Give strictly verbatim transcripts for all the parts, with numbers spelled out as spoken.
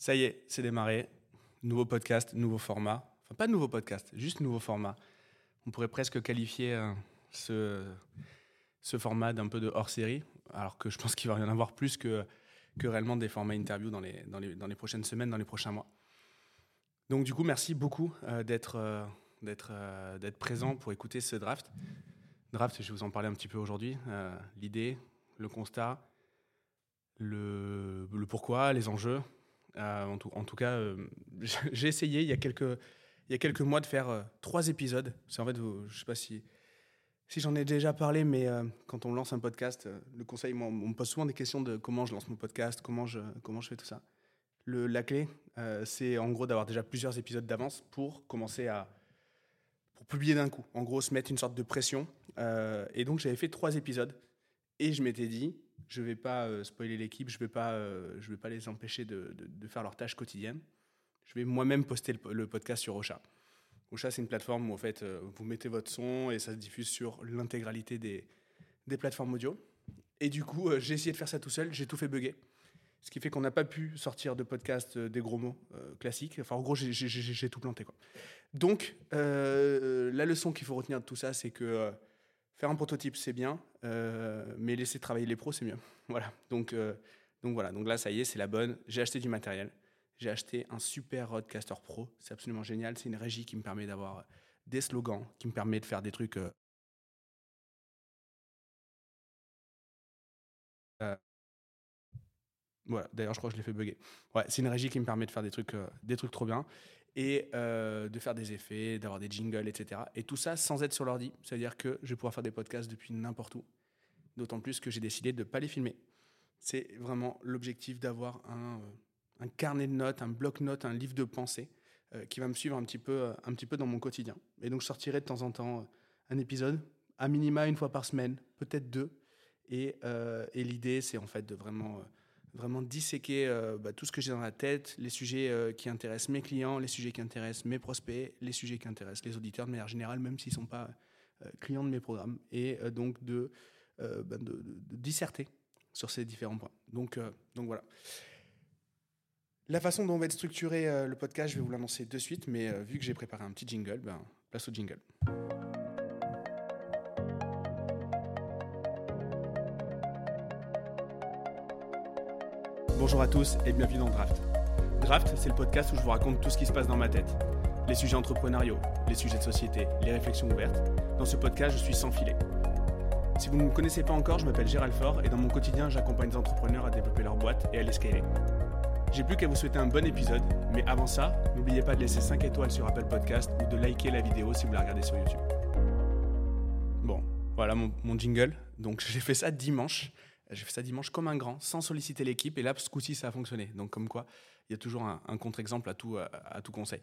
Ça y est, c'est démarré. Nouveau podcast, nouveau format. Enfin, pas nouveau podcast, juste nouveau format. On pourrait presque qualifier euh, ce, ce format d'un peu de hors-série, alors que je pense qu'il va y en avoir plus que, que réellement des formats interview dans les, dans, les, dans les prochaines semaines, dans les prochains mois. Donc du coup, merci beaucoup euh, d'être, euh, d'être, euh, d'être présent pour écouter ce draft. Draft, je vais vous en parler un petit peu aujourd'hui. Euh, l'idée, le constat, le, le pourquoi, les enjeux. Euh, en, tout, en tout cas, euh, j'ai essayé il y a quelques, il y a quelques mois de faire euh, trois épisodes. C'est en fait, vous, je ne sais pas si, si j'en ai déjà parlé, mais euh, quand on lance un podcast, euh, le conseil, moi, on me pose souvent des questions de comment je lance mon podcast, comment je, comment je fais tout ça. Le, la clé, euh, c'est en gros d'avoir déjà plusieurs épisodes d'avance pour commencer à pour publier d'un coup. En gros, se mettre une sorte de pression. Euh, et donc, j'avais fait trois épisodes et je m'étais dit, je ne vais pas euh, spoiler l'équipe, je ne vais, euh, vais pas les empêcher de, de, de faire leurs tâches quotidiennes. Je vais moi-même poster le, le podcast sur Ocha. Ocha, c'est une plateforme où en fait, euh, vous mettez votre son et ça se diffuse sur l'intégralité des, des plateformes audio. Et du coup, euh, j'ai essayé de faire ça tout seul, j'ai tout fait bugger. Ce qui fait qu'on n'a pas pu sortir de podcast euh, des gros mots euh, classiques. Enfin, en gros, j'ai, j'ai, j'ai, j'ai tout planté, quoi. Donc, euh, la leçon qu'il faut retenir de tout ça, c'est que euh, faire un prototype, c'est bien, euh, mais laisser travailler les pros, c'est mieux. Voilà. Donc, euh, donc voilà. Donc là, ça y est, c'est la bonne. J'ai acheté du matériel. J'ai acheté un super Rodecaster Pro. C'est absolument génial. C'est une régie qui me permet d'avoir des slogans, qui me permet de faire des trucs. Euh, euh, voilà. D'ailleurs, je crois que je l'ai fait bugger. Ouais, c'est une régie qui me permet de faire des trucs, euh, des trucs trop bien et euh, de faire des effets, d'avoir des jingles, et cetera. Et tout ça sans être sur l'ordi. C'est-à-dire que je vais pouvoir faire des podcasts depuis n'importe où. D'autant plus que j'ai décidé de ne pas les filmer. C'est vraiment l'objectif d'avoir un, euh, un carnet de notes, un bloc-notes, un livre de pensée euh, qui va me suivre un petit, peu, euh, un petit peu dans mon quotidien. Et donc, je sortirai de temps en temps euh, un épisode, à minima une fois par semaine, peut-être deux. Et, euh, et l'idée, c'est en fait de vraiment, euh, vraiment disséquer euh, bah, tout ce que j'ai dans la tête, les sujets euh, qui intéressent mes clients, les sujets qui intéressent mes prospects, les sujets qui intéressent les auditeurs de manière générale, même s'ils ne sont pas euh, clients de mes programmes. Et euh, donc, de, euh, bah, de, de, de disserter sur ces différents points. Donc, euh, donc voilà. La façon dont on va être structuré euh, le podcast, je vais vous l'annoncer de suite, mais euh, vu que j'ai préparé un petit jingle, ben, place au jingle. Bonjour à tous et bienvenue dans Draft. Draft, c'est le podcast où je vous raconte tout ce qui se passe dans ma tête. Les sujets entrepreneuriaux, les sujets de société, les réflexions ouvertes. Dans ce podcast, je suis sans filet. Si vous ne me connaissez pas encore, je m'appelle Gérald Faure et dans mon quotidien, j'accompagne des entrepreneurs à développer leur boîte et à les scaler. J'ai plus qu'à vous souhaiter un bon épisode, mais avant ça, n'oubliez pas de laisser cinq étoiles sur Apple Podcast ou de liker la vidéo si vous la regardez sur YouTube. Bon, voilà mon, mon jingle. Donc j'ai fait ça dimanche. J'ai fait ça dimanche comme un grand, sans solliciter l'équipe, et là, ce coup-ci, ça a fonctionné. Donc comme quoi, il y a toujours un, un contre-exemple à tout, à, à tout conseil.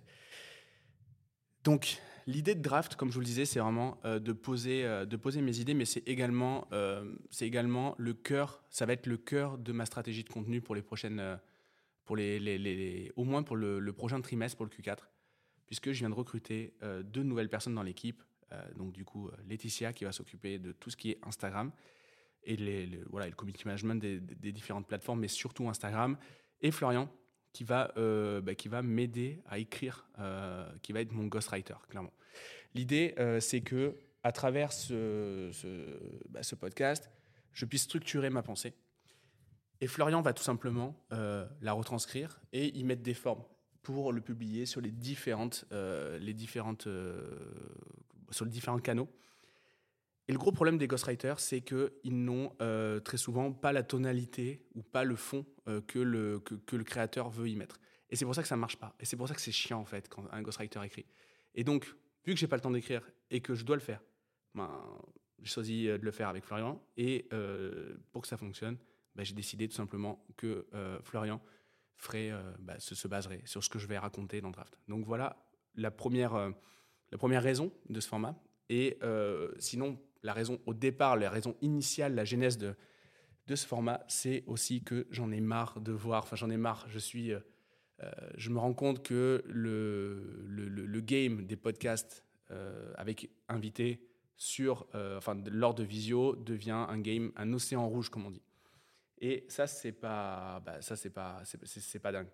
Donc, l'idée de draft, comme je vous le disais, c'est vraiment euh, de, poser, euh, de poser mes idées, mais c'est également, euh, c'est également le cœur, ça va être le cœur de ma stratégie de contenu pour les prochaines, euh, pour les, les, les, les, au moins pour le, le prochain trimestre, pour le Q quatre, puisque je viens de recruter euh, deux nouvelles personnes dans l'équipe. Euh, donc du coup, Laetitia qui va s'occuper de tout ce qui est Instagram et les, les, voilà, le community management des, des différentes plateformes, mais surtout Instagram, et Florian qui va, euh, bah, qui va m'aider à écrire, euh, qui va être mon ghostwriter, clairement. L'idée, euh, c'est que à travers ce, ce, bah, ce podcast, je puisse structurer ma pensée. Et Florian va tout simplement euh, la retranscrire et y mettre des formes pour le publier sur les différentes, euh, les différentes, euh, sur les différents canaux. Et le gros problème des ghostwriters, c'est qu'ils n'ont euh, très souvent pas la tonalité ou pas le fond euh, que, le, que, que le créateur veut y mettre. Et c'est pour ça que ça ne marche pas. Et c'est pour ça que c'est chiant, en fait, quand un ghostwriter écrit. Et donc, vu que je n'ai pas le temps d'écrire et que je dois le faire, ben, j'ai choisi de le faire avec Florian. Et euh, pour que ça fonctionne, ben, j'ai décidé tout simplement que euh, Florian ferait, euh, ben, se, se baserait sur ce que je vais raconter dans le draft. Donc voilà la première, euh, la première raison de ce format. Et euh, sinon, la raison au départ, la raison initiale, la genèse de, de ce format, c'est aussi que j'en ai marre de voir, enfin j'en ai marre, je suis, euh, je me rends compte que le, le, le game des podcasts euh, avec invités sur, euh, enfin lors de visio devient un game, un océan rouge comme on dit. Et ça c'est pas, bah, ça c'est pas, c'est, c'est, c'est pas dingue.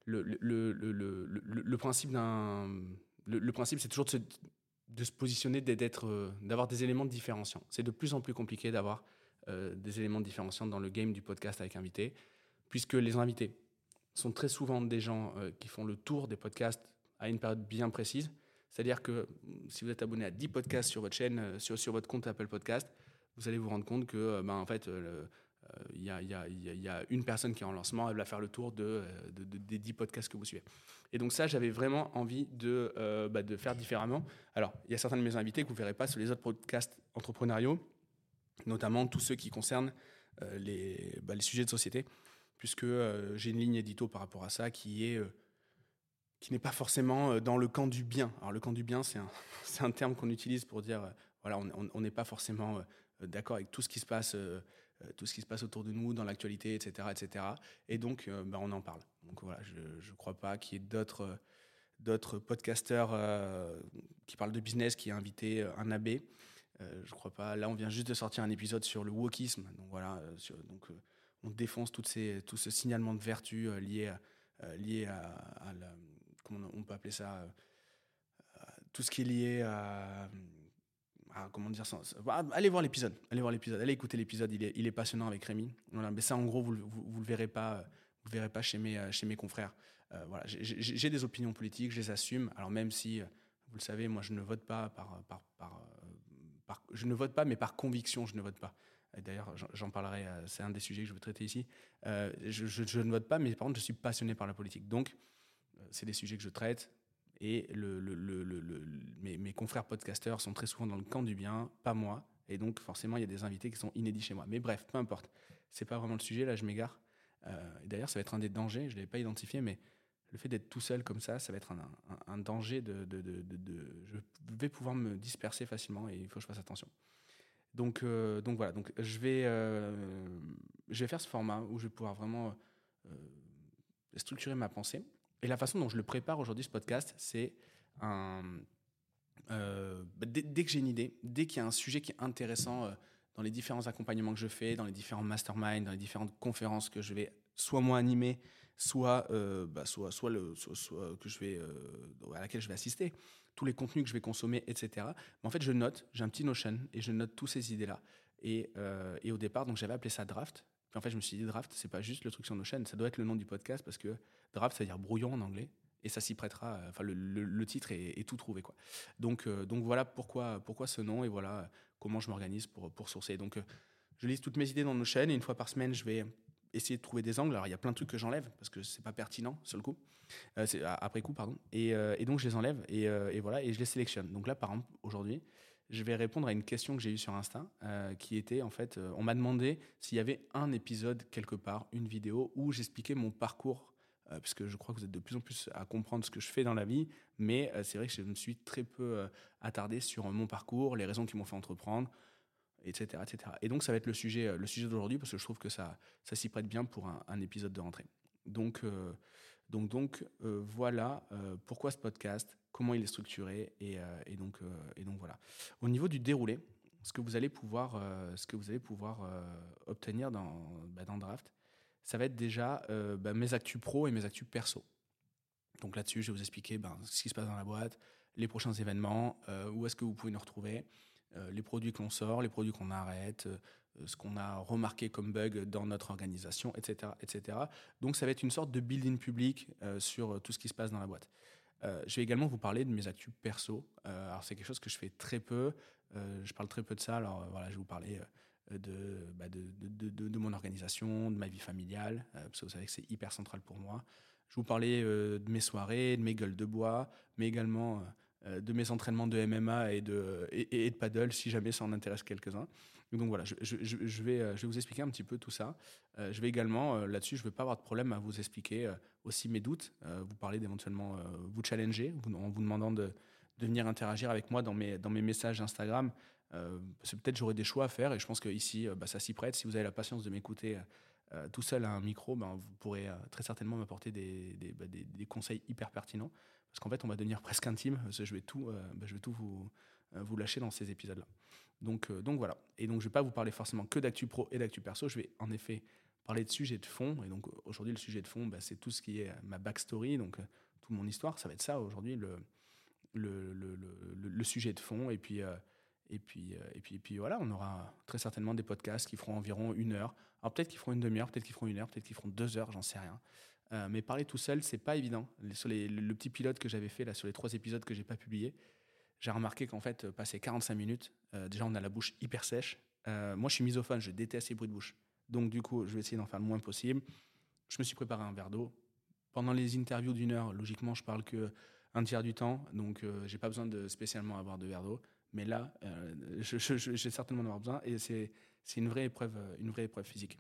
le, le, le, le, le, le, le principe d'un, le, le principe, c'est toujours de se, de se positionner, d'être, euh, d'avoir des éléments différenciants. C'est de plus en plus compliqué d'avoir euh, des éléments différenciants dans le game du podcast avec invités, puisque les invités sont très souvent des gens euh, qui font le tour des podcasts à une période bien précise. C'est-à-dire que si vous êtes abonné à dix podcasts sur votre chaîne, euh, sur, sur votre compte Apple Podcast, vous allez vous rendre compte que, euh, ben, en fait, euh, il y, y, y, y a une personne qui est en lancement, elle va faire le tour de, de, de, des dix podcasts que vous suivez. Et donc ça, j'avais vraiment envie de, euh, bah, de faire différemment. Alors, il y a certains de mes invités que vous ne verrez pas sur les autres podcasts entrepreneuriaux, notamment tous ceux qui concernent euh, les, bah, les sujets de société, puisque euh, j'ai une ligne édito par rapport à ça qui est... Euh, qui n'est pas forcément dans le camp du bien. Alors le camp du bien, c'est un, c'est un terme qu'on utilise pour dire, euh, voilà, on n'est pas forcément euh, d'accord avec tout ce qui se passe, euh, tout ce qui se passe autour de nous, dans l'actualité, et cetera, et cetera. Et donc, euh, bah, on en parle. Donc voilà, je ne crois pas qu'il y ait d'autres, euh, d'autres podcasteurs euh, qui parlent de business qui aient invité euh, un abbé. Euh, je ne crois pas. Là, on vient juste de sortir un épisode sur le wokisme. Donc voilà, euh, sur, donc, euh, on défonce toutes ces, tout ce signalement de vertu euh, lié à, euh, lié à, à la... Comment on peut appeler ça, euh, tout ce qui est lié à, à comment dire ça, bah, allez voir l'épisode, allez voir l'épisode, allez écouter l'épisode, il est, il est passionnant avec Rémi. Voilà, mais ça en gros vous, vous, vous le verrez pas, vous le verrez pas chez mes, chez mes confrères. Euh, voilà, j'ai, j'ai, j'ai des opinions politiques, je les assume. Alors même si, vous le savez, moi je ne vote pas par, par, par, par je ne vote pas, mais par conviction je ne vote pas. D'ailleurs, j'en parlerai, c'est un des sujets que je veux traiter ici. Euh, je, je, je ne vote pas, mais par contre je suis passionné par la politique. Donc c'est des sujets que je traite et le, le, le, le, le, mes, mes confrères podcasteurs sont très souvent dans le camp du bien, pas moi. Et donc, forcément, il y a des invités qui sont inédits chez moi. Mais bref, peu importe. C'est pas vraiment le sujet, là, je m'égare. Euh, et d'ailleurs, ça va être un des dangers, je ne l'avais pas identifié, mais le fait d'être tout seul comme ça, ça va être un, un, un danger de, de, de, de, de... Je vais pouvoir me disperser facilement et il faut que je fasse attention. Donc, euh, donc voilà, donc, je, vais, euh, je vais faire ce format où je vais pouvoir vraiment euh, structurer ma pensée. Et la façon dont je le prépare aujourd'hui, ce podcast, c'est un... Euh, dès, dès que j'ai une idée, dès qu'il y a un sujet qui est intéressant euh, dans les différents accompagnements que je fais, dans les différents masterminds, dans les différentes conférences que je vais soit moi animer, soit, euh, bah, soit, soit, le, soit, soit que je vais, euh, à laquelle je vais assister, tous les contenus que je vais consommer, et cetera. Mais en fait, je note, j'ai un petit Notion et je note toutes ces idées-là. Et, euh, et au départ, donc j'avais appelé ça draft. Puis en fait, je me suis dit, draft, c'est pas juste le truc sur Notion, ça doit être le nom du podcast parce que draft, ça veut dire brouillon en anglais. Et ça s'y prêtera. Enfin, le, le, le titre est, est tout trouvé, quoi. Donc, euh, donc voilà pourquoi, pourquoi ce nom et voilà comment je m'organise pour, pour sourcer. Donc, euh, je lise toutes mes idées dans Notion et une fois par semaine, je vais essayer de trouver des angles. Alors, il y a plein de trucs que j'enlève parce que c'est pas pertinent sur le coup, euh, c'est, après coup, pardon. Et, euh, et donc, je les enlève et, euh, et voilà et je les sélectionne. Donc là, par exemple, aujourd'hui, je vais répondre à une question que j'ai eue sur Insta, euh, qui était en fait, euh, on m'a demandé s'il y avait un épisode quelque part, une vidéo où j'expliquais mon parcours. Euh, parce que je crois que vous êtes de plus en plus à comprendre ce que je fais dans la vie, mais euh, c'est vrai que je me suis très peu euh, attardé sur euh, mon parcours, les raisons qui m'ont fait entreprendre, et cetera, et cetera. Et donc ça va être le sujet, euh, le sujet d'aujourd'hui, parce que je trouve que ça, ça s'y prête bien pour un, un épisode de rentrée. Donc, euh, donc, donc euh, voilà euh, pourquoi ce podcast, comment il est structuré, et, euh, et, donc, euh, et donc voilà. Au niveau du déroulé, ce que vous allez pouvoir, euh, ce que vous allez pouvoir euh, obtenir dans, bah, dans Draft, ça va être déjà euh, bah, mes actus pro et mes actus perso. Donc là-dessus, je vais vous expliquer ben, ce qui se passe dans la boîte, les prochains événements, euh, où est-ce que vous pouvez nous retrouver, euh, les produits qu'on sort, les produits qu'on arrête, euh, ce qu'on a remarqué comme bug dans notre organisation, et cetera, et cetera. Donc ça va être une sorte de build-in public euh, sur tout ce qui se passe dans la boîte. Euh, je vais également vous parler de mes actus perso. Euh, alors c'est quelque chose que je fais très peu. Euh, je parle très peu de ça. Alors voilà, je vais vous parler... Euh, De, bah de, de, de, de mon organisation, de ma vie familiale, euh, parce que vous savez que c'est hyper central pour moi. Je vous parlais euh, de mes soirées, de mes gueules de bois, mais également euh, de mes entraînements de M M A et de, et, et de paddle, si jamais ça en intéresse quelques-uns. Donc voilà, je, je, je, vais, je vais vous expliquer un petit peu tout ça. Euh, je vais également, euh, là-dessus, je ne vais pas avoir de problème à vous expliquer euh, aussi mes doutes, euh, vous parler d'éventuellement euh, vous challenger, vous, en vous demandant de, de venir interagir avec moi dans mes, dans mes messages Instagram. Euh, c'est peut-être j'aurai des choix à faire et je pense qu'ici, euh, bah, ça s'y prête. Si vous avez la patience de m'écouter euh, tout seul à un micro, bah, vous pourrez euh, très certainement m'apporter des, des, bah, des, des conseils hyper pertinents. Parce qu'en fait, on va devenir presque intime. Parce que je vais tout, euh, bah, je vais tout vous, euh, vous lâcher dans ces épisodes-là. Donc, euh, donc voilà. Et donc, je ne vais pas vous parler forcément que d'actu pro et d'actu perso. Je vais en effet parler de sujets de fond. Et donc aujourd'hui, le sujet de fond, bah, c'est tout ce qui est ma backstory, donc euh, toute mon histoire. Ça va être ça aujourd'hui, le, le, le, le, le sujet de fond. Et puis, euh, et, puis, euh, et, puis, et puis voilà, on aura très certainement des podcasts qui feront environ une heure. Alors peut-être qu'ils feront une demi-heure, peut-être qu'ils feront une heure, peut-être qu'ils feront deux heures, j'en sais rien. Euh, mais parler tout seul, c'est pas évident. Les, sur les, le, le petit pilote que j'avais fait là, sur les trois épisodes que j'ai pas publiés, j'ai remarqué qu'en fait, passer quarante-cinq minutes, euh, déjà on a la bouche hyper sèche. Euh, moi, je suis misophone, je déteste les bruits de bouche. Donc du coup, je vais essayer d'en faire le moins possible. Je me suis préparé un verre d'eau. Pendant les interviews d'une heure, logiquement, je parle que un tiers du temps, donc euh, j'ai pas besoin de spécialement avoir de verre d'eau. Mais là, euh, je, je, je, j'ai certainement en avoir besoin, et c'est, c'est une vraie épreuve, une vraie épreuve physique.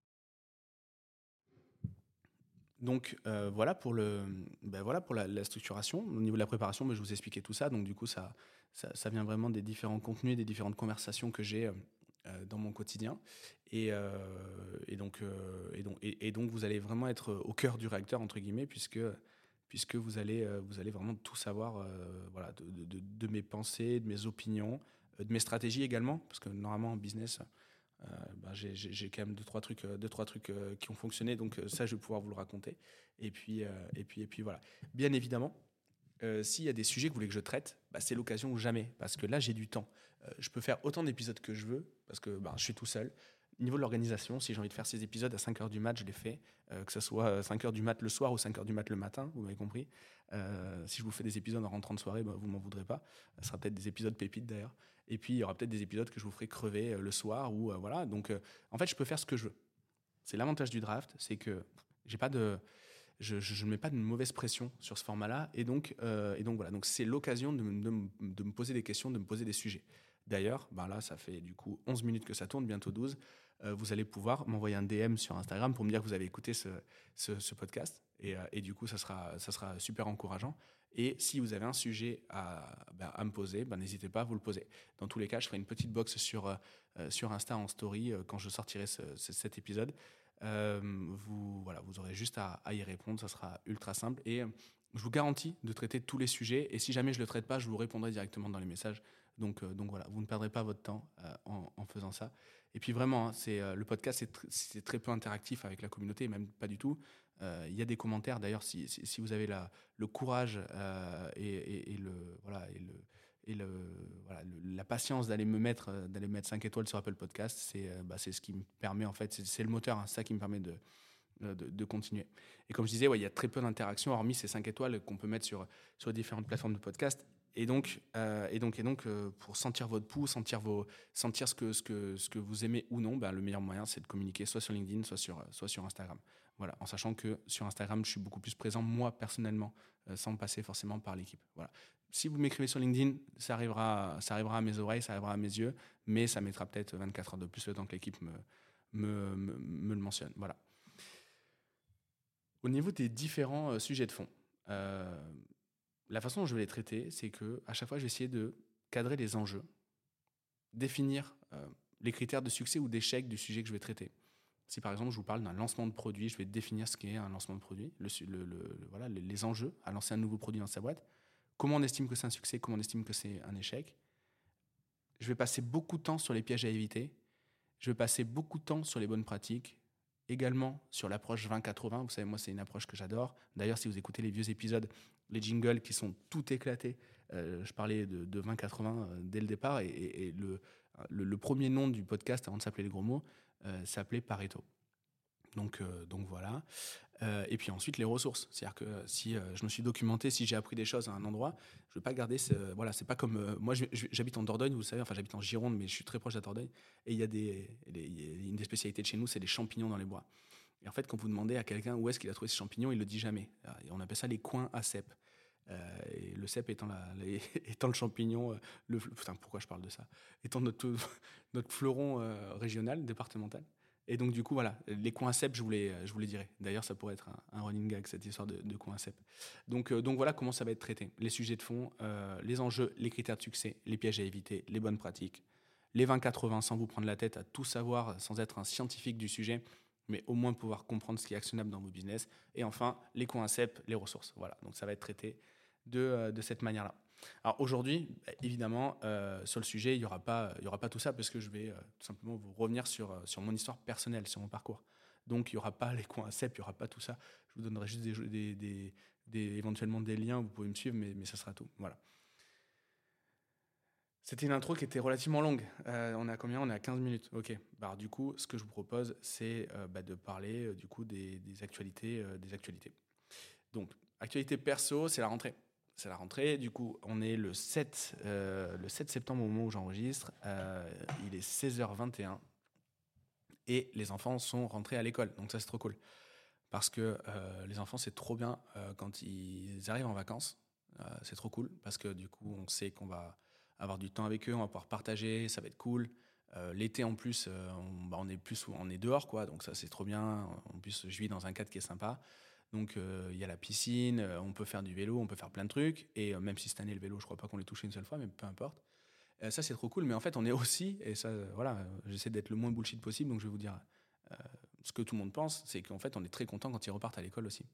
Donc euh, voilà pour, le, ben voilà pour la, la structuration. Au niveau de la préparation, ben je vous ai expliqué tout ça. Donc du coup, ça, ça, ça vient vraiment des différents contenus, des différentes conversations que j'ai euh, dans mon quotidien. Et, euh, et, donc, euh, et, donc, et, et donc vous allez vraiment être au cœur du réacteur, entre guillemets, puisque, puisque vous, allez, euh, vous allez vraiment tout savoir euh, voilà, de, de, de, de mes pensées, de mes opinions, euh, de mes stratégies également. Parce que normalement en business... Euh, ben j'ai, j'ai, j'ai quand même deux trois trucs, euh, deux, trois trucs euh, qui ont fonctionné, donc euh, ça je vais pouvoir vous le raconter. Et puis, euh, et puis, et puis voilà. Bien évidemment, euh, s'il y a des sujets que vous voulez que je traite, bah, c'est l'occasion ou jamais, parce que là j'ai du temps. Euh, je peux faire autant d'épisodes que je veux, parce que bah, je suis tout seul. Au niveau de l'organisation, si j'ai envie de faire ces épisodes à cinq heures du mat, je les fais, euh, que ce soit cinq heures du mat le soir ou cinq heures du mat le matin, vous m'avez compris. Euh, si je vous fais des épisodes en rentrant de soirée, bah, vous m'en voudrez pas. Ce sera peut-être des épisodes pépites d'ailleurs. Et puis il y aura peut-être des épisodes que je vous ferai crever euh, le soir, ou euh, voilà. Donc euh, en fait, je peux faire ce que je veux. C'est l'avantage du draft, c'est que j'ai pas de, je, je, je ne mets pas de mauvaise pression sur ce format-là, et donc, euh, et donc voilà. Donc c'est l'occasion de, de, de me poser des questions, de me poser des sujets. D'ailleurs, ben là, ça fait du coup onze minutes que ça tourne, bientôt douze. Euh, vous allez pouvoir m'envoyer un D M sur Instagram pour me dire que vous avez écouté ce, ce, ce podcast, et, euh, et du coup, ça sera, ça sera super encourageant. Et si vous avez un sujet à, ben, à me poser, ben, n'hésitez pas à vous le poser. Dans tous les cas, je ferai une petite box sur, euh, sur Insta en story euh, quand je sortirai ce, ce, cet épisode. Euh, vous, voilà, vous aurez juste à, à y répondre, ça sera ultra simple. Et euh, je vous garantis de traiter tous les sujets. Et si jamais je ne le traite pas, je vous répondrai directement dans les messages. Donc, euh, donc voilà, vous ne perdrez pas votre temps euh, en, en faisant ça. Et puis vraiment, hein, c'est, euh, le podcast, c'est, tr- c'est très peu interactif avec la communauté, même pas du tout. Il euh, y a des commentaires, d'ailleurs, si, si, si vous avez la, le courage euh, et, et, et, le, voilà, et, le, et le, voilà, le, la patience d'aller me mettre, d'aller me mettre cinq étoiles sur Apple Podcast, c'est, euh, bah, c'est ce qui me permet, en fait, c'est, c'est le moteur, hein, c'est ça qui me permet de, de, de continuer. Et comme je disais, ouais, il y a très peu d'interactions, hormis ces cinq étoiles qu'on peut mettre sur, sur différentes plateformes de podcast. Et donc, euh, et donc, et donc euh, pour sentir votre pouls, sentir, vos, sentir ce, que, ce, que, ce que vous aimez ou non, ben, le meilleur moyen, c'est de communiquer soit sur LinkedIn, soit sur, soit sur Instagram. Voilà, en sachant que sur Instagram, je suis beaucoup plus présent, moi, personnellement, euh, sans passer forcément par l'équipe. Voilà. Si vous m'écrivez sur LinkedIn, ça arrivera, ça arrivera à mes oreilles, ça arrivera à mes yeux, mais ça mettra peut-être vingt-quatre heures de plus le temps que l'équipe me, me, me, me le mentionne. Voilà. Au niveau des différents euh, sujets de fond, euh, la façon dont je vais les traiter, c'est que à chaque fois, je vais essayer de cadrer les enjeux, définir euh, les critères de succès ou d'échec du sujet que je vais traiter. Si par exemple, je vous parle d'un lancement de produit, je vais définir ce qu'est un lancement de produit, le, le, le, voilà, les, les enjeux à lancer un nouveau produit dans sa boîte, comment on estime que c'est un succès, comment on estime que c'est un échec. Je vais passer beaucoup de temps sur les pièges à éviter, je vais passer beaucoup de temps sur les bonnes pratiques, également sur l'approche vingt quatre-vingts. Vous savez, moi, c'est une approche que j'adore. D'ailleurs, si vous écoutez les vieux épisodes, les jingles qui sont tout éclatés, euh, je parlais de, de vingt quatre-vingts euh, dès le départ. Et, et, et le, le, le premier nom du podcast, avant de s'appeler Les Gros Mots, euh, s'appelait Pareto. Donc, euh, donc voilà. Euh, et puis ensuite, les ressources. C'est-à-dire que si euh, je me suis documenté, si j'ai appris des choses à un endroit, je ne vais pas garder... Ce, voilà, c'est pas comme... Euh, moi, je, je, j'habite en Dordogne, vous savez, enfin j'habite en Gironde, mais je suis très proche de la Dordogne. Et il y a des, des, y a une des spécialités de chez nous, c'est les champignons dans les bois. Et en fait, quand vous demandez à quelqu'un où est-ce qu'il a trouvé ces champignons, il ne le dit jamais. Et on appelle ça les coins à cèpes. Euh, et le cèpe étant, la, les, étant le champignon... Euh, le, putain, pourquoi je parle de ça, étant notre, notre fleuron euh, régional, départemental. Et donc, du coup, voilà, les coins à cèpes, je vous les, je vous les dirai. D'ailleurs, ça pourrait être un, un running gag, cette histoire de, de coins à cèpes. Donc, euh, donc, voilà comment ça va être traité. Les sujets de fond, euh, les enjeux, les critères de succès, les pièges à éviter, les bonnes pratiques, les vingt quatre-vingts, sans vous prendre la tête à tout savoir, sans être un scientifique du sujet, mais au moins pouvoir comprendre ce qui est actionnable dans vos business. Et enfin, les coins à cèpes, les ressources. Voilà, donc ça va être traité de, euh, de cette manière-là. Alors aujourd'hui, évidemment, euh, sur le sujet, il n'y aura pas, il y aura pas tout ça parce que je vais euh, tout simplement vous revenir sur, sur mon histoire personnelle, sur mon parcours. Donc, il n'y aura pas les coins à cèpes, il n'y aura pas tout ça. Je vous donnerai juste des, des, des, des, éventuellement des liens, vous pouvez me suivre, mais, mais ça sera tout. Voilà. C'était une intro qui était relativement longue. Euh, on est à combien ? On est à quinze minutes. Ok. Bah, du coup, ce que je vous propose, c'est euh, bah, de parler euh, du coup des, des actualités, euh, des actualités. Donc, actualité perso, c'est la rentrée. C'est la rentrée. Du coup, on est le sept, euh, le sept septembre au moment où j'enregistre. Euh, il est seize heures vingt et un et les enfants sont rentrés à l'école. Donc ça, c'est trop cool. Parce que euh, les enfants, c'est trop bien euh, quand ils arrivent en vacances. Euh, c'est trop cool parce que du coup, on sait qu'on va avoir du temps avec eux, on va pouvoir partager, ça va être cool. Euh, l'été en plus, euh, on, bah, on est plus, on est dehors quoi, donc ça c'est trop bien. En plus, je vis dans un cadre qui est sympa. Donc il euh, y a la piscine, euh, on peut faire du vélo, on peut faire plein de trucs. Et euh, même si cette année le vélo, je crois pas qu'on l'ait touché une seule fois, mais peu importe. Euh, ça c'est trop cool. Mais en fait, on est aussi, et ça, euh, voilà, euh, j'essaie d'être le moins bullshit possible, donc je vais vous dire euh, ce que tout le monde pense, c'est qu'en fait, on est très content quand ils repartent à l'école aussi.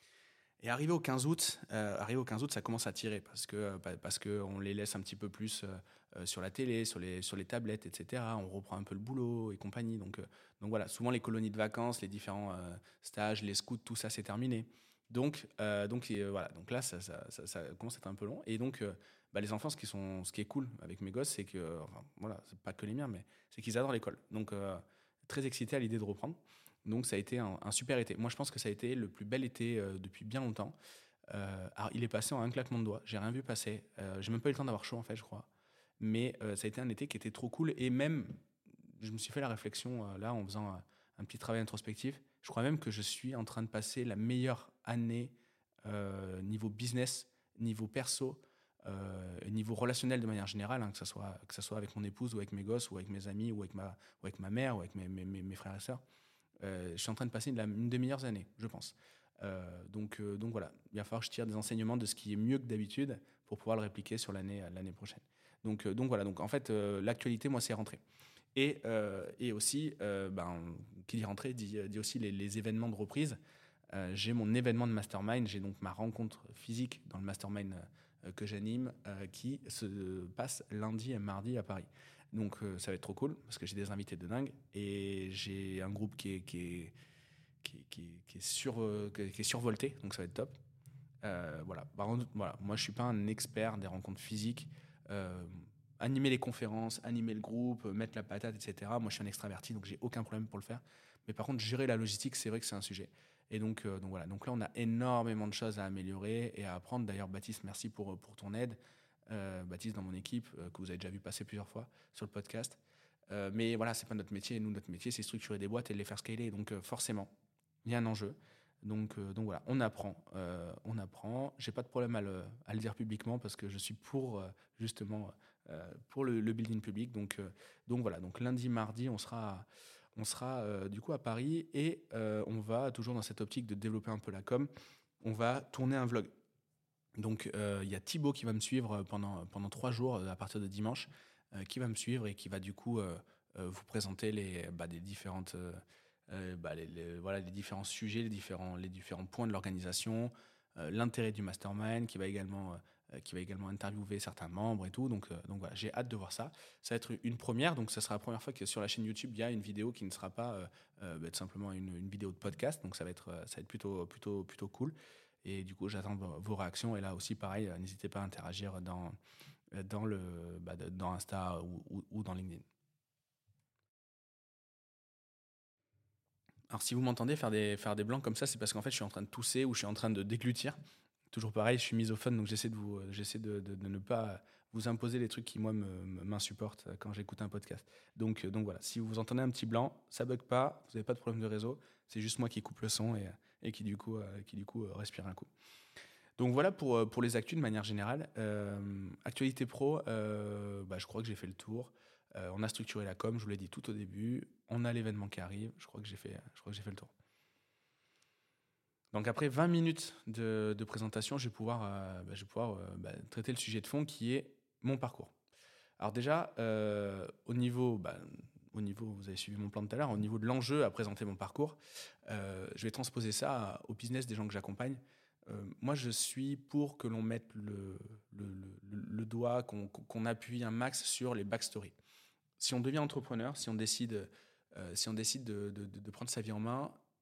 Et arrivé au quinze août, euh, arrivé au quinze août, ça commence à tirer parce que euh, parce que on les laisse un petit peu plus euh, euh, sur la télé, sur les sur les tablettes, et cetera. On reprend un peu le boulot et compagnie. Donc euh, donc voilà, souvent les colonies de vacances, les différents euh, stages, les scouts, tout ça c'est terminé. Donc euh, donc et, euh, voilà, donc là ça, ça, ça, ça commence à être un peu long. Et donc euh, bah, les enfants, ce qui sont ce qui est cool avec mes gosses, c'est que euh, enfin voilà, c'est pas que les miens, mais c'est qu'ils adorent l'école. Donc euh, très excités à l'idée de reprendre. Donc ça a été un, un super été. Moi je pense que ça a été le plus bel été euh, depuis bien longtemps. Euh, alors il est passé en un claquement de doigts. J'ai rien vu passer. Euh, j'ai même pas eu le temps d'avoir chaud en fait, je crois. Mais euh, ça a été un été qui était trop cool. Et même, je me suis fait la réflexion euh, là en faisant un, un petit travail introspectif. Je crois même que je suis en train de passer la meilleure année euh, niveau business, niveau perso, euh, niveau relationnel de manière générale, hein, que ça soit que ça soit avec mon épouse ou avec mes gosses ou avec mes amis ou avec ma ou avec ma mère ou avec mes, mes, mes, mes frères et sœurs. Euh, je suis en train de passer une, une des meilleures années, je pense. Euh, donc, euh, donc voilà, il va falloir que je tire des enseignements de ce qui est mieux que d'habitude pour pouvoir le répliquer sur l'année, l'année prochaine. Donc, euh, donc voilà, donc en fait, euh, l'actualité, moi, c'est rentrée. Et, euh, et aussi, euh, ben, qui dit rentrée dit, dit aussi les, les événements de reprise. Euh, j'ai mon événement de mastermind, j'ai donc ma rencontre physique dans le mastermind euh, que j'anime euh, qui se passe lundi et mardi à Paris. Donc euh, ça va être trop cool parce que j'ai des invités de dingue et j'ai un groupe qui est, qui est, qui est, qui est, qui est, sur, euh, qui est survolté, donc ça va être top. Euh, voilà. Par contre, voilà, moi je suis pas un expert des rencontres physiques. Euh, animer les conférences, animer le groupe, mettre la patate, et cetera. Moi je suis un extraverti donc j'ai aucun problème pour le faire. Mais par contre gérer la logistique, c'est vrai que c'est un sujet. Et donc, euh, donc voilà. Donc là on a énormément de choses à améliorer et à apprendre. D'ailleurs Baptiste, merci pour pour ton aide. Euh, Baptiste dans mon équipe euh, que vous avez déjà vu passer plusieurs fois sur le podcast. Euh, mais voilà, c'est pas notre métier. Nous notre métier c'est structurer des boîtes et les faire scaler. Donc euh, forcément il y a un enjeu. Donc, euh, donc voilà, on apprend, euh, on apprend. J'ai pas de problème à le, à le dire publiquement parce que je suis pour euh, justement euh, pour le, le building public. Donc, euh, donc voilà, donc lundi, mardi, on sera, on sera euh, du coup à Paris et euh, on va toujours dans cette optique de développer un peu la com. On va tourner un vlog. Donc il euh, y a Thibaut qui va me suivre pendant pendant trois jours à partir de dimanche, euh, qui va me suivre et qui va du coup euh, euh, vous présenter les bah, des différentes euh, euh, bah, les, les, voilà, les différents sujets, les différents, les différents points de l'organisation, euh, l'intérêt du mastermind, qui va également, euh, qui va également interviewer certains membres et tout. Donc, euh, donc voilà, j'ai hâte de voir ça. Ça va être une première, donc ça sera la première fois que sur la chaîne YouTube, il y a une vidéo qui ne sera pas euh, euh, bah, tout simplement une, une vidéo de podcast. Donc ça va être, ça va être plutôt, plutôt, plutôt cool. Et du coup, j'attends vos réactions. Et là aussi, pareil, n'hésitez pas à interagir dans, dans, le, bah, dans Insta ou, ou, ou dans LinkedIn. Alors si vous m'entendez faire des, faire des blancs comme ça, c'est parce qu'en fait je suis en train de tousser ou je suis en train de déglutir. Toujours pareil, je suis misophone, donc j'essaie de, vous, j'essaie de, de, de ne pas vous imposer les trucs qui, moi, me, m'insupportent quand j'écoute un podcast. Donc, donc voilà, si vous entendez un petit blanc, ça bug pas, vous n'avez pas de problème de réseau, c'est juste moi qui coupe le son et, et qui du coup, euh, qui, du coup respire un coup. Donc voilà pour, pour les actus de manière générale. Euh, actualité pro, euh, bah, je crois que j'ai fait le tour. Euh, on a structuré la com, je vous l'ai dit tout au début. On a l'événement qui arrive. Je crois que j'ai fait, je crois que j'ai fait le tour. Donc après vingt minutes de, de présentation, je vais pouvoir, euh, bah, je vais pouvoir euh, bah, traiter le sujet de fond qui est mon parcours. Alors déjà, euh, au niveau, bah, au niveau, vous avez suivi mon plan de tout à l'heure, au niveau de l'enjeu à présenter mon parcours, euh, je vais transposer ça au business des gens que j'accompagne. Euh, moi, je suis pour que l'on mette le, le, le, le doigt, qu'on, qu'on appuie un max sur les backstories. Si on devient entrepreneur, si on décide, euh, si on décide de, de, de prendre sa vie en main,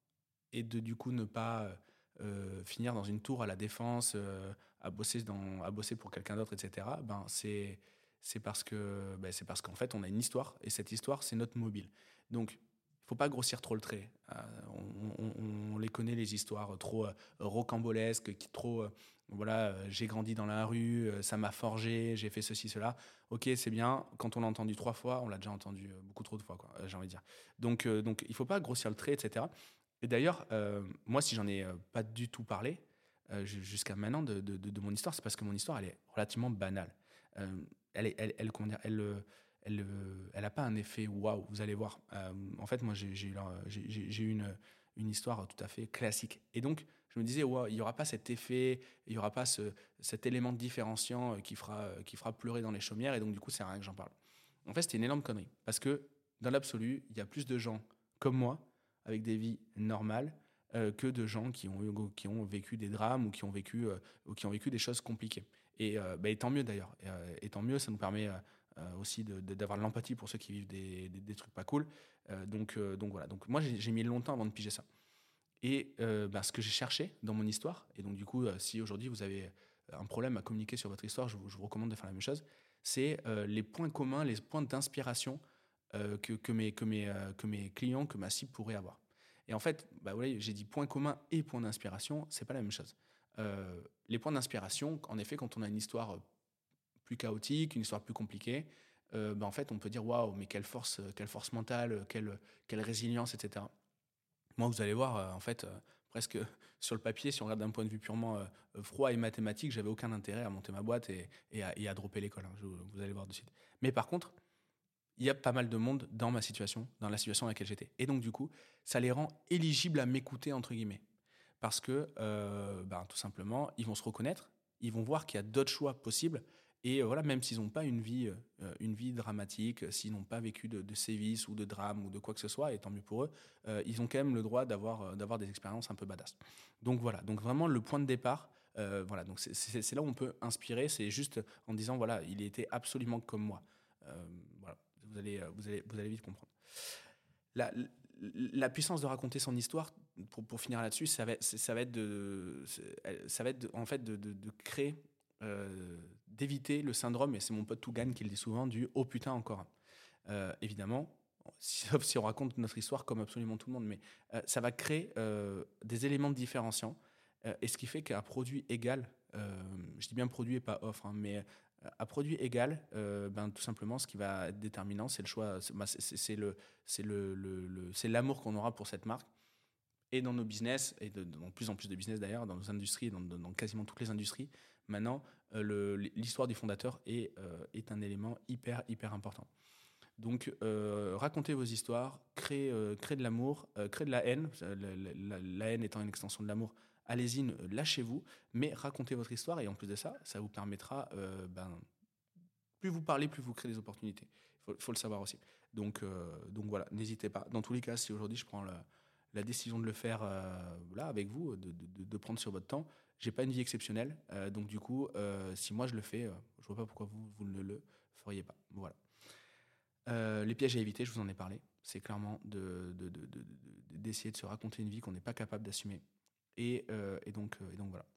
et de du coup ne pas euh, finir dans une tour à la défense, euh, à bosser dans, à bosser pour quelqu'un d'autre, et cetera. Ben c'est c'est parce que ben, c'est parce qu'en fait on a une histoire et cette histoire c'est notre mobile. Donc il faut pas grossir trop le trait. Euh, on, on- on les connaît les histoires trop euh, rocambolesques, qui trop euh, voilà, euh, j'ai grandi dans la rue, euh, ça m'a forgé, j'ai fait ceci cela. Ok, c'est bien. Quand on l'a entendu trois fois, on l'a déjà entendu euh, beaucoup trop de fois, quoi, euh, j'ai envie de dire. Donc, euh, donc, il faut pas grossir le trait, et cetera. Et d'ailleurs, euh, moi, si j'en ai euh, pas du tout parlé euh, ju- jusqu'à maintenant de, de- de- de mon histoire, c'est parce que mon histoire, elle est relativement banale. Euh, elle, est- elle, elle, comment dire, elle, euh, elle, euh, elle a pas un effet waouh. Vous allez voir. Euh, en fait, moi, j'ai j'ai eu, la- j'ai- j'ai- j'ai eu une, une histoire tout à fait classique. Et donc, je me disais, wow, il y aura pas cet effet, il y aura pas ce, cet élément différenciant euh, qui fera, euh, qui fera pleurer dans les chaumières. Et donc, du coup, c'est rien que j'en parle. En fait, c'était une énorme connerie. Parce que, dans l'absolu, il y a plus de gens comme moi, avec des vies normales, euh, que de gens qui ont, eu- qui ont vécu des drames ou qui ont vécu, euh, ou qui ont vécu des choses compliquées. Et, euh, bah, et tant mieux d'ailleurs. Et, euh, et tant mieux, ça nous permet euh, euh, aussi de- de- d'avoir de l'empathie pour ceux qui vivent des, des- des trucs pas cool. Euh, donc, euh, donc voilà. Donc moi, j'ai j'ai mis longtemps avant de piger ça. Et euh, bah, ce que j'ai cherché dans mon histoire, et donc du coup, euh, si aujourd'hui vous avez un problème à communiquer sur votre histoire, je vous, je vous recommande de faire la même chose, c'est euh, les points communs, les points d'inspiration euh, que, que, mes, que, mes, euh, que mes clients, que ma cible pourrait avoir. Et en fait, bah, vous voyez, j'ai dit points communs et points d'inspiration, c'est pas la même chose. Euh, les points d'inspiration, en effet, quand on a une histoire plus chaotique, une histoire plus compliquée, euh, bah, en fait, on peut dire waouh, mais quelle force, quelle force mentale, quelle, quelle résilience, et cetera. Moi, vous allez voir, euh, en fait, euh, presque sur le papier, si on regarde d'un point de vue purement euh, froid et mathématique, j'avais aucun intérêt à monter ma boîte et, et à, et à dropper l'école, hein, je- vous allez voir de suite. Mais par contre, il y a pas mal de monde dans ma situation, dans la situation dans laquelle j'étais. Et donc, du coup, ça les rend éligibles à m'écouter, entre guillemets. Parce que, euh, ben, tout simplement, ils vont se reconnaître, ils vont voir qu'il y a d'autres choix possibles. Et euh, voilà, même s'ils n'ont pas une vie, euh, une vie dramatique, s'ils n'ont pas vécu de, de sévices ou de drames ou de quoi que ce soit, et tant mieux pour eux, euh, ils ont quand même le droit d'avoir euh, d'avoir des expériences un peu badass. Donc voilà, donc vraiment le point de départ, euh, voilà, donc c'est- c'est c'est là où on peut inspirer, c'est juste en disant voilà, il était absolument comme moi. Euh, voilà, vous allez, euh, vous allez, vous allez vite comprendre. La, la puissance de raconter son histoire, pour, pour finir là-dessus, ça va, ça va être de, ça va être de, en fait de, de, de créer, euh, d'éviter le syndrome, et c'est mon pote Tougan qui le dit souvent, du oh putain encore un. Euh, évidemment, sauf si on raconte notre histoire comme absolument tout le monde, mais euh, ça va créer euh, des éléments différenciants, euh, et ce qui fait qu'un produit égal, euh, je dis bien produit et pas offre, hein, mais euh, à produit égal, euh, ben, tout simplement, ce qui va être déterminant, c'est le choix, c'est bah, c'est- c'est- c'est le, c'est le, le- le- c'est l'amour qu'on aura pour cette marque. Et dans nos business, et de, dans de plus en plus de business d'ailleurs, dans nos industries, dans, dans- dans quasiment toutes les industries, maintenant, euh, le- l'histoire du fondateur est, euh, est un élément hyper, hyper important. Donc, euh, racontez vos histoires, créez, euh, créez de l'amour, euh, créez de la haine. La, la- la- la haine étant une extension de l'amour, allez-y, ne- lâchez-vous, mais racontez votre histoire. Et en plus de ça, ça vous permettra, euh, ben, plus vous parlez, plus vous créez des opportunités. Il faut, faut le savoir aussi. Donc, euh, donc voilà, n'hésitez pas. Dans tous les cas, si aujourd'hui je prends la, la décision de le faire euh, là, avec vous, de, de- de- de prendre sur votre temps, j'ai pas une vie exceptionnelle. Euh, donc du coup, euh, si moi je le fais, euh, je vois pas pourquoi vous, vous ne le feriez pas. Voilà. Euh, les pièges à éviter, je vous en ai parlé. C'est clairement de, de- de- de- de- d'essayer de se raconter une vie qu'on n'est pas capable d'assumer. Et, euh, et donc, euh, et donc voilà.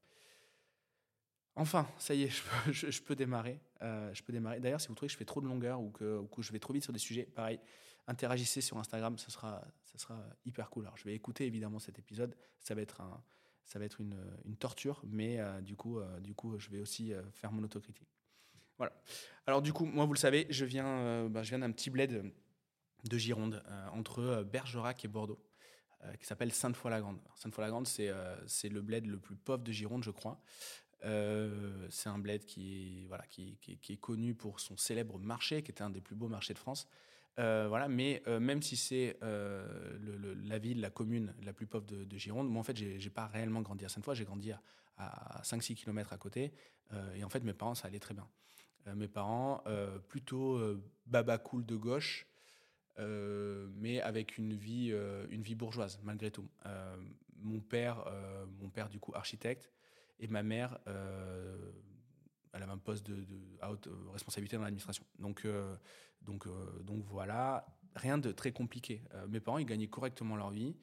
Enfin, ça y est, je peux, je- je peux démarrer. Euh, je peux démarrer. D'ailleurs, si vous trouvez que je fais trop de longueur ou que, ou que je vais trop vite sur des sujets, pareil, interagissez sur Instagram, ça sera, ça sera hyper cool. Alors, je vais écouter évidemment cet épisode. Ça va être un, ça va être une, une torture, mais euh, du coup, euh, du coup, je vais aussi euh, faire mon autocritique. Voilà. Alors du coup, moi, vous le savez, je viens, euh, bah, je viens d'un petit bled de Gironde, euh, entre euh, Bergerac et Bordeaux, euh, qui s'appelle Sainte-Foy-la-Grande. Alors, Sainte-Foy-la-Grande, c'est euh, c'est le bled le plus pauvre de Gironde, je crois. Euh, c'est un bled qui est, voilà, qui, qui- qui est connu pour son célèbre marché, qui était un des plus beaux marchés de France. Euh, voilà, mais euh, même si c'est euh, le- le- la ville, la commune la plus pauvre de, de Gironde, moi en fait, j'ai j'ai pas réellement grandi à Sainte-Foy, j'ai grandi à, à cinq six kilomètres à côté. Euh, et en fait, mes parents, ça allait très bien. Euh, mes parents, euh, plutôt euh, baba cool de gauche, euh, mais avec une vie, euh, une vie bourgeoise malgré tout. Euh, mon père, euh, mon père du coup architecte, et ma mère, euh, elle avait un poste de, de à haute euh, responsabilité dans l'administration. Donc, euh, donc, euh, donc voilà, rien de très compliqué. Euh, mes parents, ils gagnaient correctement leur vie.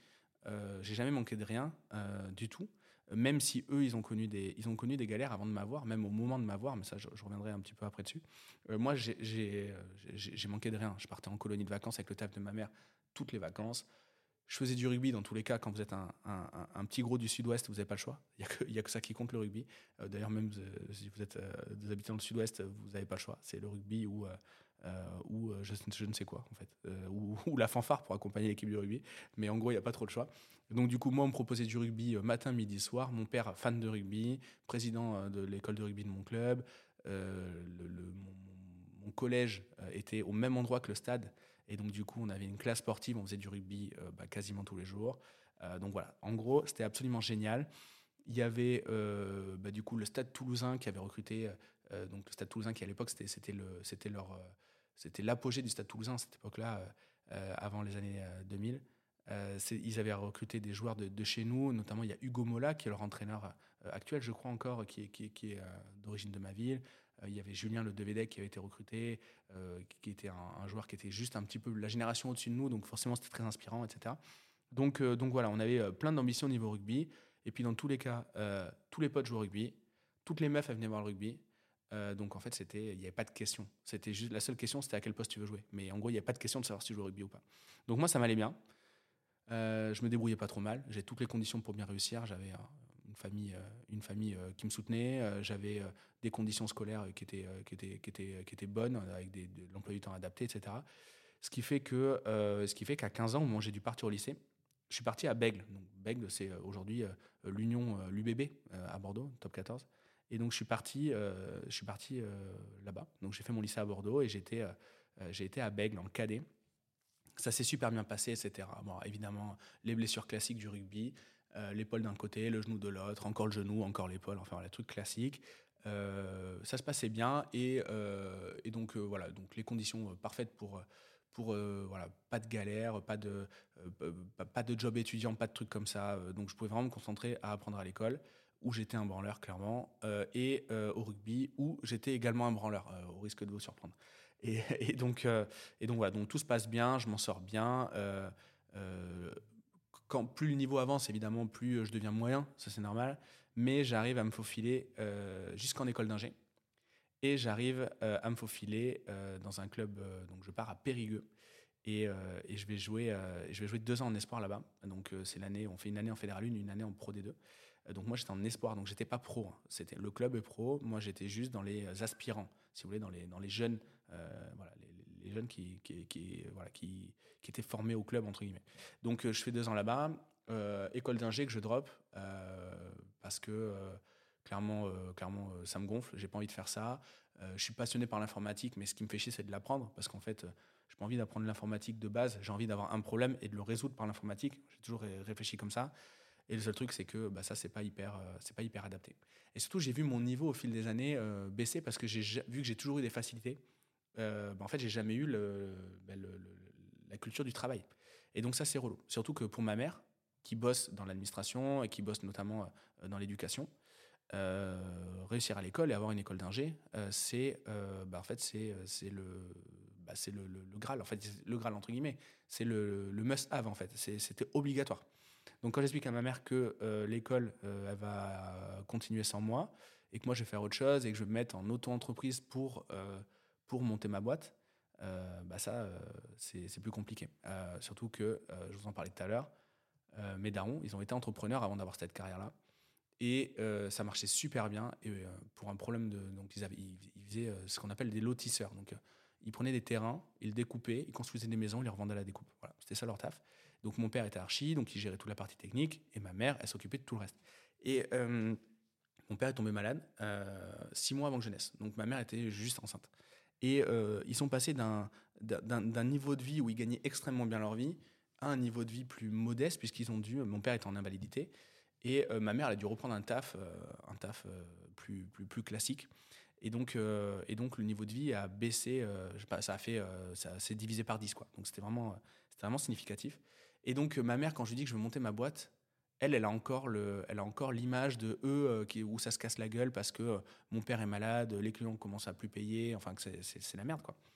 Euh, j'ai jamais manqué de rien euh, du tout. Même si eux, ils ont connu des, ils ont connu des galères avant de m'avoir, même au moment de m'avoir, mais ça, je, je reviendrai un petit peu après dessus. Euh, moi, j'ai, j'ai, j'ai, j'ai manqué de rien. Je partais en colonie de vacances avec le taf de ma mère toutes les vacances. Je faisais du rugby dans tous les cas. Quand vous êtes un, un, un petit gros du Sud-Ouest, vous n'avez pas le choix. Il n'y a, a que ça qui compte, le rugby. Euh, d'ailleurs, même euh, si vous êtes euh, des habitants du Sud-Ouest, vous n'avez pas le choix. C'est le rugby ou, euh, euh, ou euh, je, je ne sais quoi, en fait. Euh, ou, ou la fanfare pour accompagner l'équipe du rugby. Mais en gros, il n'y a pas trop le choix. Donc, du coup, moi, on me proposait du rugby matin, midi, soir. Mon père, fan de rugby, président de l'école de rugby de mon club. Euh, le, le, mon, mon collège était au même endroit que le stade. Et donc, du coup, on avait une classe sportive, on faisait du rugby euh, bah, quasiment tous les jours. Euh, donc voilà, en gros, c'était absolument génial. Il y avait euh, bah, du coup le Stade Toulousain qui avait recruté, euh, donc le Stade Toulousain qui à l'époque, c'était, c'était, le, c'était, leur, euh, c'était l'apogée du Stade Toulousain à cette époque-là, euh, euh, avant les années euh, deux mille. Euh, c'est, ils avaient recruté des joueurs de, de chez nous, notamment il y a Hugo Mola qui est leur entraîneur euh, actuel, je crois encore, qui est, qui est, qui est euh, d'origine de ma ville. Euh, il y avait Julien Le Devedec qui avait été recruté, euh, qui était un, un joueur qui était juste un petit peu la génération au-dessus de nous, donc forcément c'était très inspirant, et cetera. Donc, euh, donc voilà, on avait euh, plein d'ambitions au niveau rugby. Et puis dans tous les cas, euh, tous les potes jouaient au rugby, toutes les meufs elles venaient voir le rugby. Euh, donc en fait, c'était, il n'y avait pas de question. C'était juste la seule question, c'était à quel poste tu veux jouer. Mais en gros, il n'y avait pas de question de savoir si tu joues au rugby ou pas. Donc moi, ça m'allait bien. Euh, je me débrouillais pas trop mal. J'ai toutes les conditions pour bien réussir. J'avais euh, une famille, euh, une famille euh, qui me soutenait. Euh, j'avais euh, des conditions scolaires qui étaient, euh, qui étaient, qui étaient, qui étaient bonnes, avec des, de l'emploi du temps adapté, et cetera. Ce qui fait que, euh, ce qui fait qu'à quinze ans, au moment où j'ai dû partir au lycée, je suis parti à Bègle. Donc Bègle, c'est euh, aujourd'hui euh, l'Union, euh, l'U B B euh, à Bordeaux, top quatorze. Et donc je suis parti, euh, je suis parti euh, là-bas. Donc j'ai fait mon lycée à Bordeaux et j'étais, euh, j'ai été à Bègle en cadet. Ça s'est super bien passé, et cetera. Bon, évidemment, les blessures classiques du rugby, euh, l'épaule d'un côté, le genou de l'autre, encore le genou, encore l'épaule, enfin voilà, truc classique. Euh, ça se passait bien et, euh, et donc euh, voilà, donc les conditions euh, parfaites pour pour euh, voilà, pas de galère, pas de euh, pas de job étudiant, pas de trucs comme ça. Euh, donc je pouvais vraiment me concentrer à apprendre à l'école où j'étais un branleur clairement euh, et euh, au rugby où j'étais également un branleur, euh, au risque de vous surprendre. Et, et, donc, euh, et donc voilà, donc tout se passe bien, je m'en sors bien. Euh, euh, quand plus le niveau avance, évidemment, plus je deviens moyen, ça c'est normal. Mais j'arrive à me faufiler euh, jusqu'en école d'ingé. Et j'arrive euh, à me faufiler euh, dans un club, euh, donc je pars à Périgueux. Et, euh, et je vais jouer, euh, je vais jouer deux ans en espoir là-bas. Donc euh, c'est l'année, on fait une année en Fédéral un, une année en Pro D deux. Euh, donc moi j'étais en espoir, donc j'étais pas pro. Hein. C'était le club est pro. Moi j'étais juste dans les aspirants, si vous voulez, dans les dans les jeunes, euh, voilà, les, les jeunes qui qui, qui voilà qui, qui étaient formés au club entre guillemets. Donc euh, je fais deux ans là-bas, euh, école d'ingé que je drop euh, parce que euh, clairement euh, clairement euh, ça me gonfle. J'ai pas envie de faire ça. Euh, je suis passionné par l'informatique, mais ce qui me fait chier c'est de l'apprendre parce qu'en fait j'ai pas envie d'apprendre l'informatique de base, j'ai envie d'avoir un problème et de le résoudre par l'informatique. J'ai toujours réfléchi comme ça. Et le seul truc, c'est que bah, ça, c'est pas hyper, euh, c'est pas hyper adapté. Et surtout, j'ai vu mon niveau au fil des années euh, baisser parce que j'ai vu que j'ai toujours eu des facilités. Euh, bah, en fait, j'ai jamais eu le, bah, le, le, la culture du travail. Et donc ça, c'est relou. Surtout que pour ma mère, qui bosse dans l'administration et qui bosse notamment euh, dans l'éducation, euh, réussir à l'école et avoir une école d'ingé, euh, c'est, euh, bah, en fait, c'est, c'est le Bah, c'est le, le, le Graal, en fait, le Graal entre guillemets, c'est le, le must-have en fait, c'est, c'était obligatoire. Donc quand j'explique à ma mère que euh, l'école euh, elle va continuer sans moi et que moi je vais faire autre chose et que je vais me mettre en auto-entreprise pour, euh, pour monter ma boîte, euh, bah ça euh, c'est, c'est plus compliqué. Euh, surtout que, euh, je vous en parlais tout à l'heure, euh, mes darons, ils ont été entrepreneurs avant d'avoir cette carrière-là. Et euh, ça marchait super bien. Et euh, pour un problème de. Donc, ils, avaient, ils, ils faisaient euh, ce qu'on appelle des lotisseurs. Donc, euh, ils prenaient des terrains, ils les découpaient, ils construisaient des maisons, ils les revendaient à la découpe. Voilà, c'était ça leur taf. Donc, mon père était archi, donc il gérait toute la partie technique. Et ma mère, elle s'occupait de tout le reste. Et euh, mon père est tombé malade euh, six mois avant que je naisse. Donc, ma mère était juste enceinte. Et euh, ils sont passés d'un, d'un, d'un niveau de vie où ils gagnaient extrêmement bien leur vie à un niveau de vie plus modeste, puisqu'ils ont dû. Mon père était en invalidité. Et euh, ma mère, elle a dû reprendre un taf, euh, un taf euh, plus, plus, plus classique. Et donc, euh, et donc, le niveau de vie a baissé, euh, je sais pas, ça a fait, euh, ça s'est divisé par dix, quoi. Donc, c'était vraiment, c'était vraiment significatif. Et donc, euh, ma mère, quand je lui dis que je veux monter ma boîte, elle, elle a encore, le, elle a encore l'image de eux euh, qui, où ça se casse la gueule parce que euh, mon père est malade, les clients commencent à plus payer, enfin, que c'est, c'est, c'est la merde, quoi.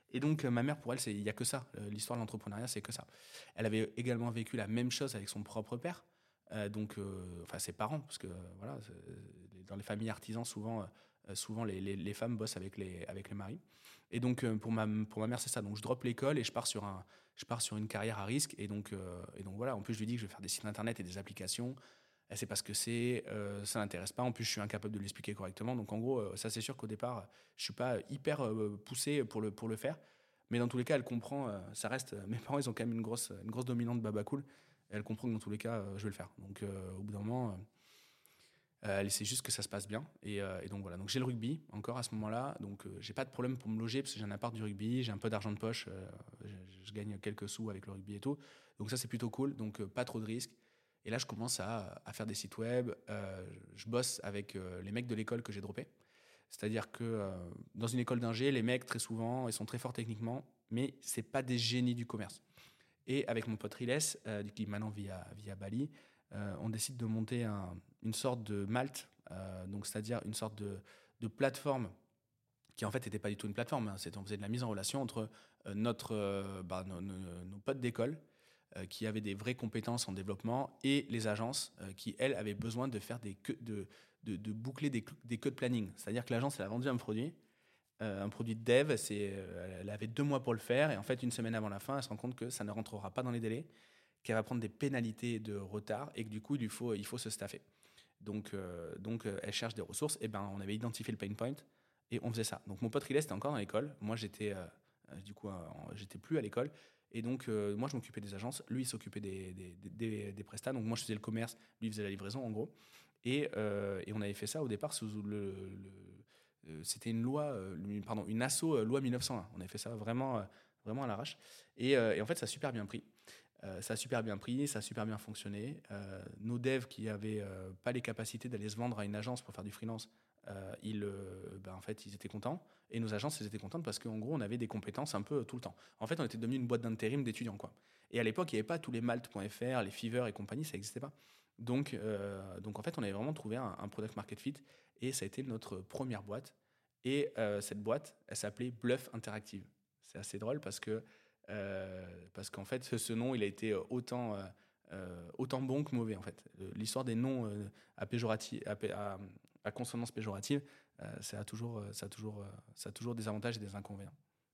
Et donc, euh, ma mère, pour elle, il n'y a que ça. Euh, l'histoire de l'entrepreneuriat, c'est que ça. Elle avait également vécu la même chose avec son propre père. Euh, donc, euh, enfin, ses parents, parce que euh, voilà, dans les familles artisans, souvent, euh, souvent les, les, les femmes bossent avec les, avec les maris. Et donc, euh, pour, ma, pour ma mère, c'est ça. Donc, je drop l'école et je pars sur, un, je pars sur une carrière à risque. Et donc, euh, et donc, voilà, en plus, je lui dis que je vais faire des sites internet et des applications. Elle sait pas ce que c'est, euh, ça l'intéresse pas. En plus, je suis incapable de l'expliquer correctement. Donc, en gros, euh, ça, c'est sûr qu'au départ, je suis pas hyper euh, poussé pour le, pour le faire. Mais dans tous les cas, elle comprend. Euh, ça reste. Mes parents, ils ont quand même une grosse, une grosse dominante baba cool. Elle comprend que dans tous les cas, euh, je vais le faire. Donc, euh, au bout d'un moment, euh, elle essaie juste que ça se passe bien. Et, euh, et donc, voilà. Donc, j'ai le rugby encore à ce moment-là. Donc, euh, j'ai pas de problème pour me loger parce que j'ai un appart du rugby. J'ai un peu d'argent de poche. Euh, je, je gagne quelques sous avec le rugby et tout. Donc, ça, c'est plutôt cool. Donc, euh, pas trop de risques. Et là, je commence à, à faire des sites web. Euh, je bosse avec euh, les mecs de l'école que j'ai droppé. C'est-à-dire que euh, dans une école d'ingé, les mecs, très souvent, ils sont très forts techniquement, mais c'est pas des génies du commerce. Et avec mon pote Riles, euh, qui maintenant vit à, vit à Bali, euh, on décide de monter un, une sorte de Malte, euh, donc c'est-à-dire une sorte de, de plateforme qui en fait n'était pas du tout une plateforme. Hein. On faisait de la mise en relation entre euh, notre, euh, bah, nos, nos, nos potes d'école euh, qui avaient des vraies compétences en développement et les agences euh, qui, elles, avaient besoin de faire des queues, de, de, de boucler des, des queues de planning. C'est-à-dire que l'agence, elle a vendu un produit, euh, un produit de dev, c'est, euh, elle avait deux mois pour le faire et en fait, une semaine avant la fin, elle se rend compte que ça ne rentrera pas dans les délais, qu'elle va prendre des pénalités de retard et que du coup, il faut, il faut se staffer. Donc, euh, donc euh, elle cherche des ressources. Et ben, on avait identifié le pain point et on faisait ça. Donc, mon pote Riles était encore dans l'école. Moi, j'étais, euh, du coup, euh, j'étais plus à l'école. Et donc, euh, moi, je m'occupais des agences. Lui, il s'occupait des, des, des, des, des prestats. Donc, moi, je faisais le commerce. Lui, il faisait la livraison, en gros. Et, euh, et on avait fait ça au départ sous le. le euh, c'était une loi, euh, pardon, une asso euh, loi mille neuf cent un. On avait fait ça vraiment, euh, vraiment à l'arrache. Et, euh, et en fait, ça a super bien pris. Euh, ça a super bien pris, ça a super bien fonctionné. Euh, nos devs qui n'avaient euh, pas les capacités d'aller se vendre à une agence pour faire du freelance, euh, ils, euh, ben, en fait, ils étaient contents. Et nos agences, elles étaient contentes parce qu'en gros, on avait des compétences un peu tout le temps. En fait, on était devenu une boîte d'intérim d'étudiants, quoi. Et à l'époque, il n'y avait pas tous les Malte point F R, les Fiverr et compagnie, ça n'existait pas. Donc, euh, donc, en fait, on avait vraiment trouvé un, un product market fit et ça a été notre première boîte. Et euh, cette boîte, elle s'appelait Bluff Interactive. C'est assez drôle parce que euh, parce qu'en fait, ce, ce nom, il a été autant, euh, euh, autant bon que mauvais, en fait. L'histoire des noms euh, à, péjoratif, à, à, à consonance péjorative, euh, ça, a toujours, ça, a toujours, ça a toujours des avantages et des inconvénients.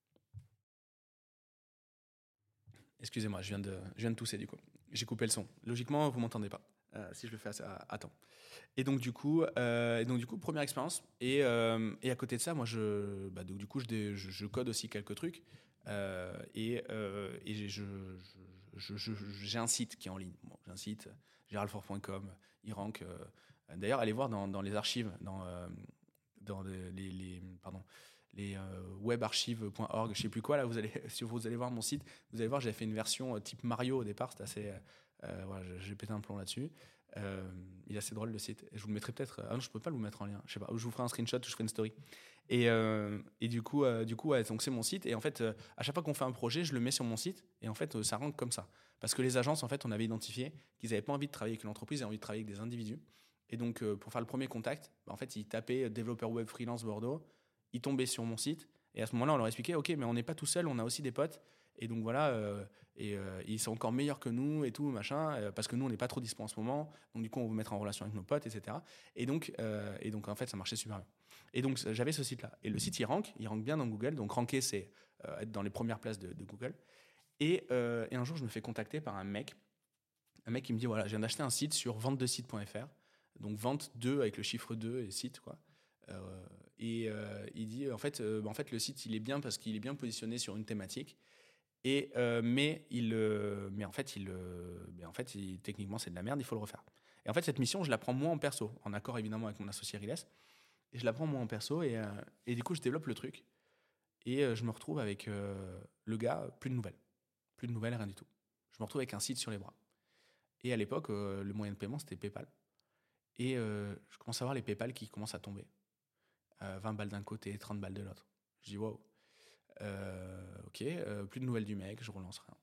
Excusez-moi, je viens, de, je viens de tousser, du coup. J'ai coupé le son. Logiquement, vous ne m'entendez pas, euh, si je le fais à, à temps. Et donc, du coup, euh, et donc, du coup première expérience. Et, euh, et à côté de ça, moi, je, bah, donc, du coup, je, je, je code aussi quelques trucs. Euh, et euh, et je, je, je, je, j'ai un site qui est en ligne. Bon, j'ai un site, gérald fort point com, il rank. Euh, d'ailleurs, allez voir dans, dans les archives, dans, euh, dans les, les, les, pardon, les euh, webarchives point org, je sais plus quoi. Là, vous allez, si vous allez voir mon site, vous allez voir, j'avais fait une version type Mario au départ. C'était assez, euh, voilà, j'ai pété un plomb là-dessus. Euh, il est assez drôle le site. Et je vous le mettrai peut-être. Ah non, je peux pas le mettre en lien. Je sais pas. Je vous ferai un screenshot ou je ferai une story. Et, euh, et du coup, euh, du coup, ouais, donc c'est mon site. Et en fait, euh, à chaque fois qu'on fait un projet, je le mets sur mon site. Et en fait, euh, ça rentre comme ça. Parce que les agences, en fait, on avait identifié qu'ils n'avaient pas envie de travailler avec une entreprise, ils avaient envie de travailler avec des individus. Et donc, euh, pour faire le premier contact, bah, en fait, ils tapaient développeur web freelance Bordeaux. Ils tombaient sur mon site. Et à ce moment-là, on leur expliquait, ok, mais on n'est pas tout seul, on a aussi des potes. Et donc voilà, euh, et euh, ils sont encore meilleurs que nous et tout, machin, euh, parce que nous, on n'est pas trop dispo en ce moment. Donc du coup, on va vous mettre en relation avec nos potes, et cetera. Et donc, euh, et donc en fait, ça marchait super bien. Et donc, j'avais ce site-là. Et le site, il rank, il rank bien dans Google. Donc ranker, c'est euh, être dans les premières places de, de Google. Et, euh, et un jour, je me fais contacter par un mec. Un mec qui me dit, voilà, je viens d'acheter un site sur vente de sites point F R. Donc vente deux avec le chiffre deux et site, quoi. Euh, et euh, il dit, en fait, euh, en fait, le site, il est bien parce qu'il est bien positionné sur une thématique. Et, euh, mais, il, euh, mais en fait, il, euh, mais en fait il, techniquement, c'est de la merde, il faut le refaire. Et en fait, cette mission, je la prends moi en perso, en accord évidemment avec mon associé Riles. Et je la prends moi en perso, et, euh, et du coup, je développe le truc. Et euh, je me retrouve avec euh, le gars, plus de nouvelles. Plus de nouvelles, rien du tout. Je me retrouve avec un site sur les bras. Et à l'époque, euh, le moyen de paiement, c'était PayPal. Et euh, je commence à voir les PayPal qui commencent à tomber. Euh, vingt balles d'un côté, trente balles de l'autre. Je dis, wow. Euh, ok, euh, plus de nouvelles du mec, je relance rien.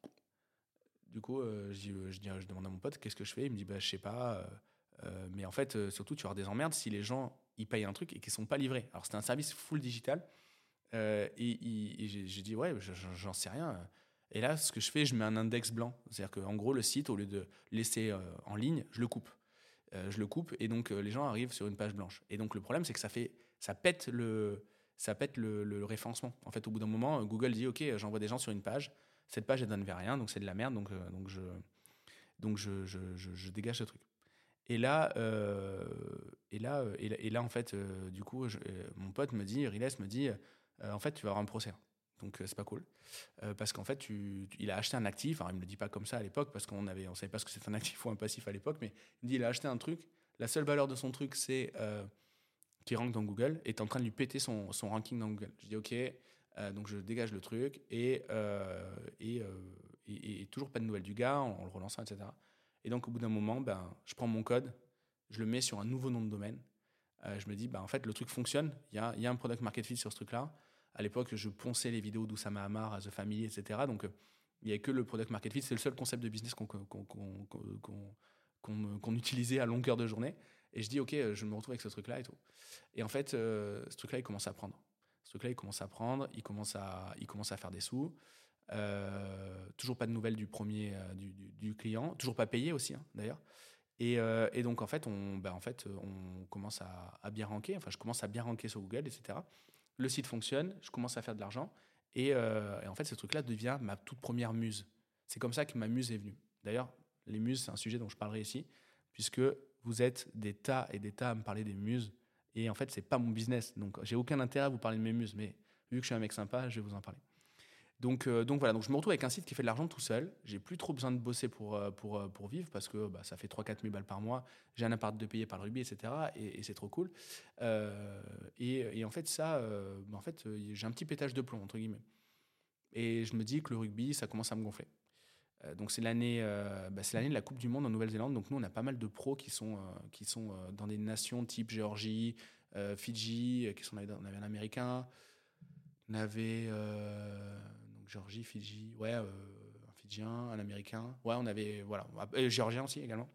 Du coup, euh, je, dis, je, dis, je demande à mon pote qu'est-ce que je fais. Il me dit bah, je sais pas. Euh, euh, mais en fait, euh, surtout, tu vas avoir des emmerdes si les gens ils payent un truc et qu'ils ne sont pas livrés. Alors, c'était un service full digital. Euh, et, et, et j'ai, j'ai dit, ouais, j'en sais rien. Et là, ce que je fais, je mets un index blanc. C'est-à-dire qu'en gros, le site, au lieu de laisser euh, en ligne, je le coupe. Euh, je le coupe et donc euh, les gens arrivent sur une page blanche. Et donc le problème, c'est que ça, fait, ça pète, le, ça pète le, le référencement. En fait, au bout d'un moment, Google dit, OK, j'envoie des gens sur une page. Cette page, elle donne vers rien, donc c'est de la merde. Donc, euh, donc, je, donc je, je, je, je dégage ce truc. Et là, euh, et là, et là, et là, en fait, euh, du coup, je, euh, mon pote me dit, Riles me dit, euh, en fait, tu vas avoir un procès. Donc, euh, c'est pas cool. Euh, parce qu'en fait, tu, tu- il a acheté un actif. Alors, il me le dit pas comme ça à l'époque, parce qu'on avait, on savait pas ce que c'était un actif ou un passif à l'époque, mais il me dit, il a acheté un truc. La seule valeur de son truc, c'est euh, qu'il rank dans Google, et tu es en train de lui péter son, son ranking dans Google. Je dis, OK, euh, donc je dégage le truc, et, euh, et, euh, et, et toujours pas de nouvelles du gars, en, en le relançant, et cetera. Et donc, au bout d'un moment, ben, je prends mon code, je le mets sur un nouveau nom de domaine. Euh, je me dis, ben, en fait, le truc fonctionne. Il y a, y a un product market fit sur ce truc-là. À l'époque, je ponçais les vidéos d'Oussama Hamar, The Family, et cetera. Donc, euh, il n'y avait que le product market fit. C'est le seul concept de business qu'on qu'on, qu'on, qu'on, qu'on, qu'on, qu'on utilisait à longueur de journée. Et je dis, OK, je me retrouve avec ce truc-là et tout. Et en fait, euh, ce truc-là, il commence à prendre. Ce truc-là, il commence à prendre, il commence à, il commence à faire des sous. Euh, toujours pas de nouvelles du premier euh, du, du, du client, toujours pas payé aussi, hein, d'ailleurs. Et, euh, et donc, en fait, on, ben, en fait, on commence à, à bien ranker. Enfin, je commence à bien ranker sur Google, et cetera. Le site fonctionne, je commence à faire de l'argent. Et, euh, et en fait, ce truc-là devient ma toute première muse. C'est comme ça que ma muse est venue. D'ailleurs, les muses, c'est un sujet dont je parlerai ici, puisque vous êtes des tas et des tas à me parler des muses. Et en fait, c'est pas mon business. Donc, j'ai aucun intérêt à vous parler de mes muses. Mais vu que je suis un mec sympa, je vais vous en parler. Donc, euh, donc voilà, donc je me retrouve avec un site qui fait de l'argent tout seul. J'ai plus trop besoin de bosser pour, euh, pour, euh, pour vivre parce que bah, ça fait trois à quatre mille balles par mois. J'ai un appart de payer par le rugby, et cetera. Et, et c'est trop cool. Euh, et, et en fait, ça, euh, bah, en fait, euh, j'ai un petit pétage de plomb, entre guillemets. Et je me dis que le rugby, ça commence à me gonfler. Euh, donc c'est l'année, euh, bah, c'est l'année de la Coupe du Monde en Nouvelle-Zélande. Donc nous, on a pas mal de pros qui sont, euh, qui sont euh, dans des nations type Géorgie, euh, Fidji, euh, qui sont, on avait un Américain. On avait euh, donc Géorgie, Fidji, ouais, euh, un Fidjien, un Américain. Ouais, on avait, voilà, et Géorgien aussi également.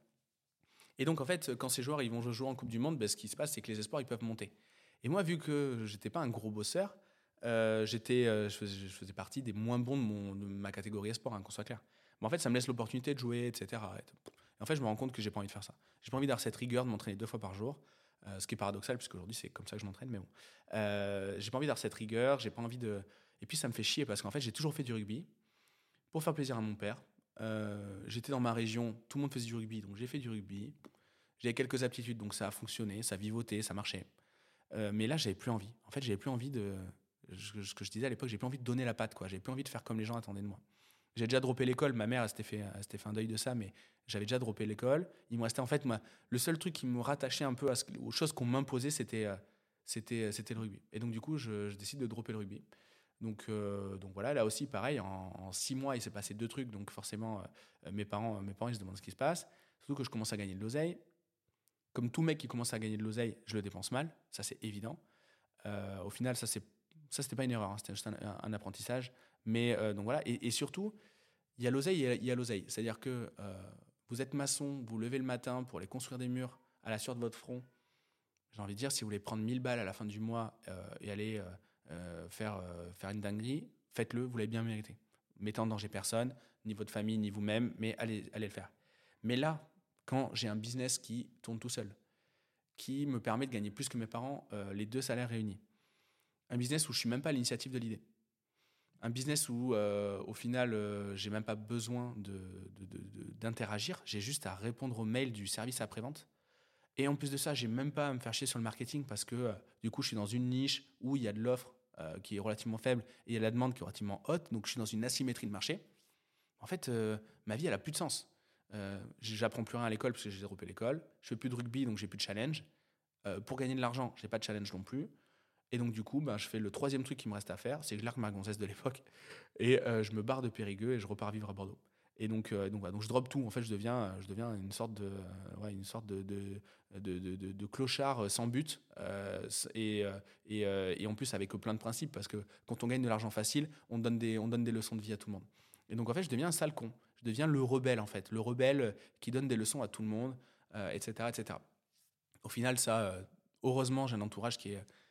Et donc en fait, quand ces joueurs ils vont jouer en Coupe du Monde, ben, ce qui se passe, c'est que les espoirs ils peuvent monter. Et moi, vu que j'étais pas un gros bosseur, euh, j'étais, euh, je, faisais, je faisais partie des moins bons de, mon, de ma catégorie espoir, hein, qu'on soit clair. Mais en fait, ça me laisse l'opportunité de jouer, et cetera. Et en fait, je me rends compte que j'ai pas envie de faire ça. J'ai pas envie d'avoir cette rigueur de m'entraîner deux fois par jour. Euh, ce qui est paradoxal, puisque aujourd'hui c'est comme ça que je m'entraîne, mais bon. Euh, j'ai pas envie d'avoir cette rigueur, j'ai pas envie de. Et puis ça me fait chier parce qu'en fait, j'ai toujours fait du rugby pour faire plaisir à mon père. Euh, j'étais dans ma région, tout le monde faisait du rugby, donc j'ai fait du rugby. J'avais quelques aptitudes, donc ça a fonctionné, ça vivotait, ça marchait. Euh, mais là, j'avais plus envie. En fait, j'avais plus envie de. Ce que je disais à l'époque, j'ai plus envie de donner la patte, quoi. J'avais plus envie de faire comme les gens attendaient de moi. J'ai déjà droppé l'école. Ma mère, elle s'était fait, elle s'était fait un deuil de ça, mais j'avais déjà droppé l'école. Il me restait en fait, moi, le seul truc qui me rattachait un peu à ce, aux choses qu'on m'imposait, c'était, euh, c'était, c'était le rugby. Et donc, du coup, je, je décide de dropper le rugby. Donc, euh, donc voilà, là aussi, pareil, en, en six mois, il s'est passé deux trucs. Donc, forcément, euh, mes, parents, mes parents, ils se demandent ce qui se passe. Surtout que je commence à gagner de l'oseille. Comme tout mec qui commence à gagner de l'oseille, je le dépense mal. Ça, c'est évident. Euh, au final, ça, c'est, ça, c'était pas une erreur. Hein, c'était juste un, un, un apprentissage. Mais euh, donc voilà. Et, et surtout, il y a l'oseille et il y a l'oseille. C'est-à-dire que euh, vous êtes maçon, vous levez le matin pour aller construire des murs à la sueur de votre front. J'ai envie de dire, si vous voulez prendre mille balles à la fin du mois euh, et aller euh, euh, faire, euh, faire une dinguerie, faites-le, vous l'avez bien mérité. Mettez en danger personne, ni votre famille, ni vous-même, mais allez, allez le faire. Mais là, quand j'ai un business qui tourne tout seul, qui me permet de gagner plus que mes parents, euh, les deux salaires réunis, un business où je ne suis même pas à l'initiative de l'idée, un business où, euh, au final, euh, j'ai même pas besoin de, de, de, de, d'interagir. J'ai juste à répondre aux mails du service après-vente. Et en plus de ça, j'ai même pas à me faire chier sur le marketing parce que, euh, du coup, je suis dans une niche où il y a de l'offre euh, qui est relativement faible et il y a la demande qui est relativement haute. Donc, je suis dans une asymétrie de marché. En fait, euh, ma vie, elle a plus de sens. Euh, j'apprends plus rien à l'école parce que j'ai droppé l'école. Je fais plus de rugby, donc j'ai plus de challenge. Euh, pour gagner de l'argent, j'ai pas de challenge non plus. Et donc, du coup, ben, je fais le troisième truc qui me reste à faire, c'est que je largue ma gonzesse de l'époque et euh, je me barre de Périgueux et je repars vivre à Bordeaux. Et donc, euh, donc, voilà, donc je drop tout. En fait, je deviens, je deviens une sorte de, euh, ouais, une sorte de, de, de, de, de, de clochard sans but euh, et, euh, et, euh, et en plus avec plein de principes parce que quand on gagne de l'argent facile, on donne des, on donne des leçons de vie à tout le monde. Et donc, en fait, je deviens un sale con. Je deviens le rebelle, en fait, le rebelle qui donne des leçons à tout le monde, euh, et cetera, et cetera. Au final, ça, euh, heureusement, j'ai un entourage qui est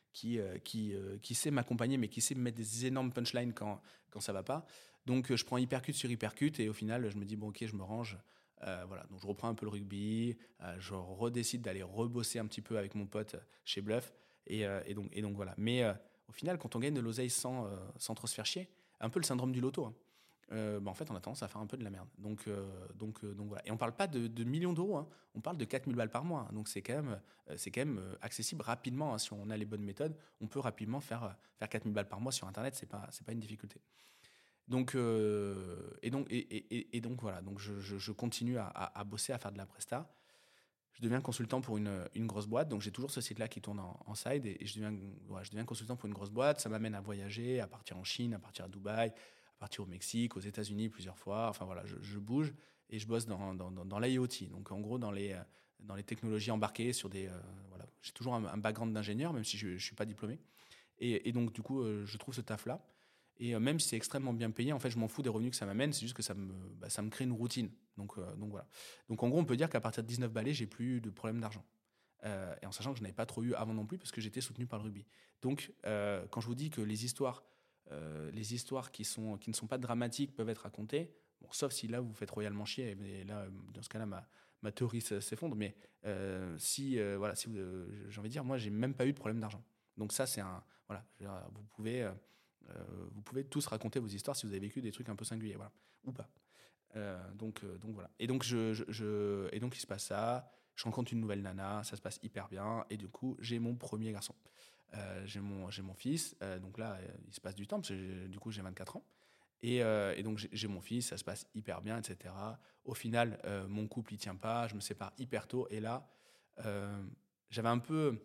qui, euh, qui, euh, qui sait m'accompagner, mais qui sait me mettre des énormes punchlines quand, quand ça va pas. Donc, euh, je prends hypercute sur hypercute et au final, je me dis, bon, ok, je me range. Euh, voilà, donc je reprends un peu le rugby, euh, je redécide d'aller rebosser un petit peu avec mon pote chez Bluff. Et, euh, et, donc, et donc voilà. Mais euh, au final, quand on gagne de l'oseille sans, euh, sans trop se faire chier, un peu le syndrome du loto, hein. Euh, bah en fait, on a tendance à faire un peu de la merde. Donc, euh, donc, euh, donc voilà. Et on parle pas de, de millions d'euros, hein. On parle de quatre mille balles par mois, hein. Donc c'est quand même, euh, c'est quand même euh, accessible rapidement, hein. Si on a les bonnes méthodes, on peut rapidement faire, euh, faire quatre mille balles par mois sur Internet. C'est pas, c'est pas une difficulté. Donc, euh, et, donc, et, et, et donc voilà. Donc je, je, je continue à, à, à bosser, à faire de la presta. Je deviens consultant pour une, une grosse boîte. Donc j'ai toujours ce site-là qui tourne en, en side. Et, et je, deviens, ouais, je deviens consultant pour une grosse boîte. Ça m'amène à voyager, à partir en Chine, à partir à Dubaï, partir au Mexique, aux États-Unis plusieurs fois. Enfin voilà, je, je bouge et je bosse dans, dans, dans, dans l'I O T. Donc en gros, dans les, dans les technologies embarquées sur des. Euh, voilà. J'ai toujours un, un background d'ingénieur, même si je ne suis pas diplômé. Et, et donc, du coup, euh, je trouve ce taf-là. Et euh, même si c'est extrêmement bien payé, en fait, je m'en fous des revenus que ça m'amène. C'est juste que ça me, bah, ça me crée une routine. Donc, euh, donc voilà. Donc en gros, on peut dire qu'à partir de dix-neuf balais, j'ai plus eu de problème d'argent. Euh, et en sachant que je n'avais pas trop eu avant non plus parce que j'étais soutenu par le rugby. Donc, euh, quand je vous dis que les histoires. Euh, les histoires qui, sont, qui ne sont pas dramatiques peuvent être racontées, bon, sauf si là vous vous faites royalement chier, et là, dans ce cas-là, ma, ma théorie s'effondre, mais euh, si, euh, voilà, si vous, euh, j'ai envie de dire, moi, j'ai même pas eu de problème d'argent. Donc ça, c'est un... Voilà, vous pouvez, euh, vous pouvez tous raconter vos histoires si vous avez vécu des trucs un peu singuliers, voilà, ou pas. Euh, donc, euh, donc voilà. Et donc, je, je, je, et donc, il se passe ça, je rencontre une nouvelle nana, ça se passe hyper bien, et du coup, j'ai mon premier garçon. Euh, j'ai mon, j'ai mon fils, euh, donc là, euh, il se passe du temps, parce que du coup, j'ai vingt-quatre ans. Et, euh, et donc, j'ai, j'ai mon fils, ça se passe hyper bien, et cetera. Au final, euh, mon couple, il tient pas, je me sépare hyper tôt. Et là, euh, j'avais un peu,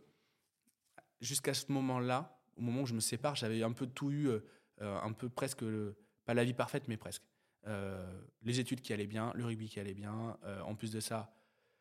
jusqu'à ce moment-là, au moment où je me sépare, j'avais un peu tout eu, euh, un peu presque, le, pas la vie parfaite, mais presque. Euh, les études qui allaient bien, le rugby qui allait bien. Euh, en plus de ça,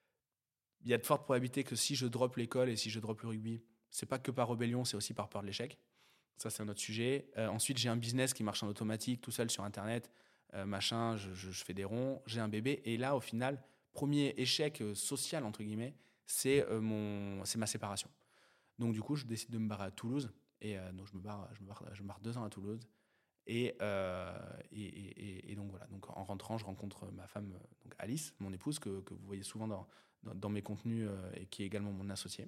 il y a de fortes probabilités que si je drop l'école et si je drop le rugby, c'est pas que par rébellion, c'est aussi par peur de l'échec. Ça, c'est un autre sujet. Euh, ensuite, j'ai un business qui marche en automatique, tout seul sur Internet, euh, machin, je, je, je fais des ronds, j'ai un bébé. Et là, au final, premier échec euh, social, entre guillemets, c'est, euh, mon, c'est ma séparation. Donc, du coup, je décide de me barrer à Toulouse. Et euh, donc, je me, barre, je, me barre, je me barre deux ans à Toulouse. Et, euh, et, et, et donc, voilà. Donc, en rentrant, je rencontre ma femme, donc Alice, mon épouse, que, que vous voyez souvent dans, dans, dans mes contenus euh, et qui est également mon associé.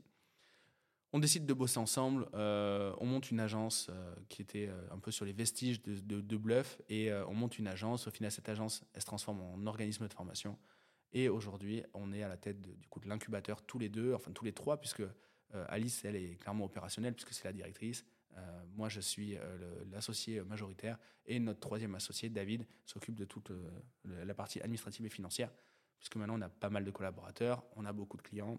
On décide de bosser ensemble, euh, on monte une agence euh, qui était euh, un peu sur les vestiges de, de, de Bluff, et euh, on monte une agence. Au final, cette agence, elle se transforme en organisme de formation. Et aujourd'hui, on est à la tête de, du coup, de l'incubateur, tous les deux, enfin tous les trois, puisque euh, Alice, elle, est clairement opérationnelle, puisque c'est la directrice. Euh, moi, je suis euh, le, l'associé majoritaire, et notre troisième associé, David, s'occupe de toute euh, la partie administrative et financière, puisque maintenant, on a pas mal de collaborateurs, on a beaucoup de clients.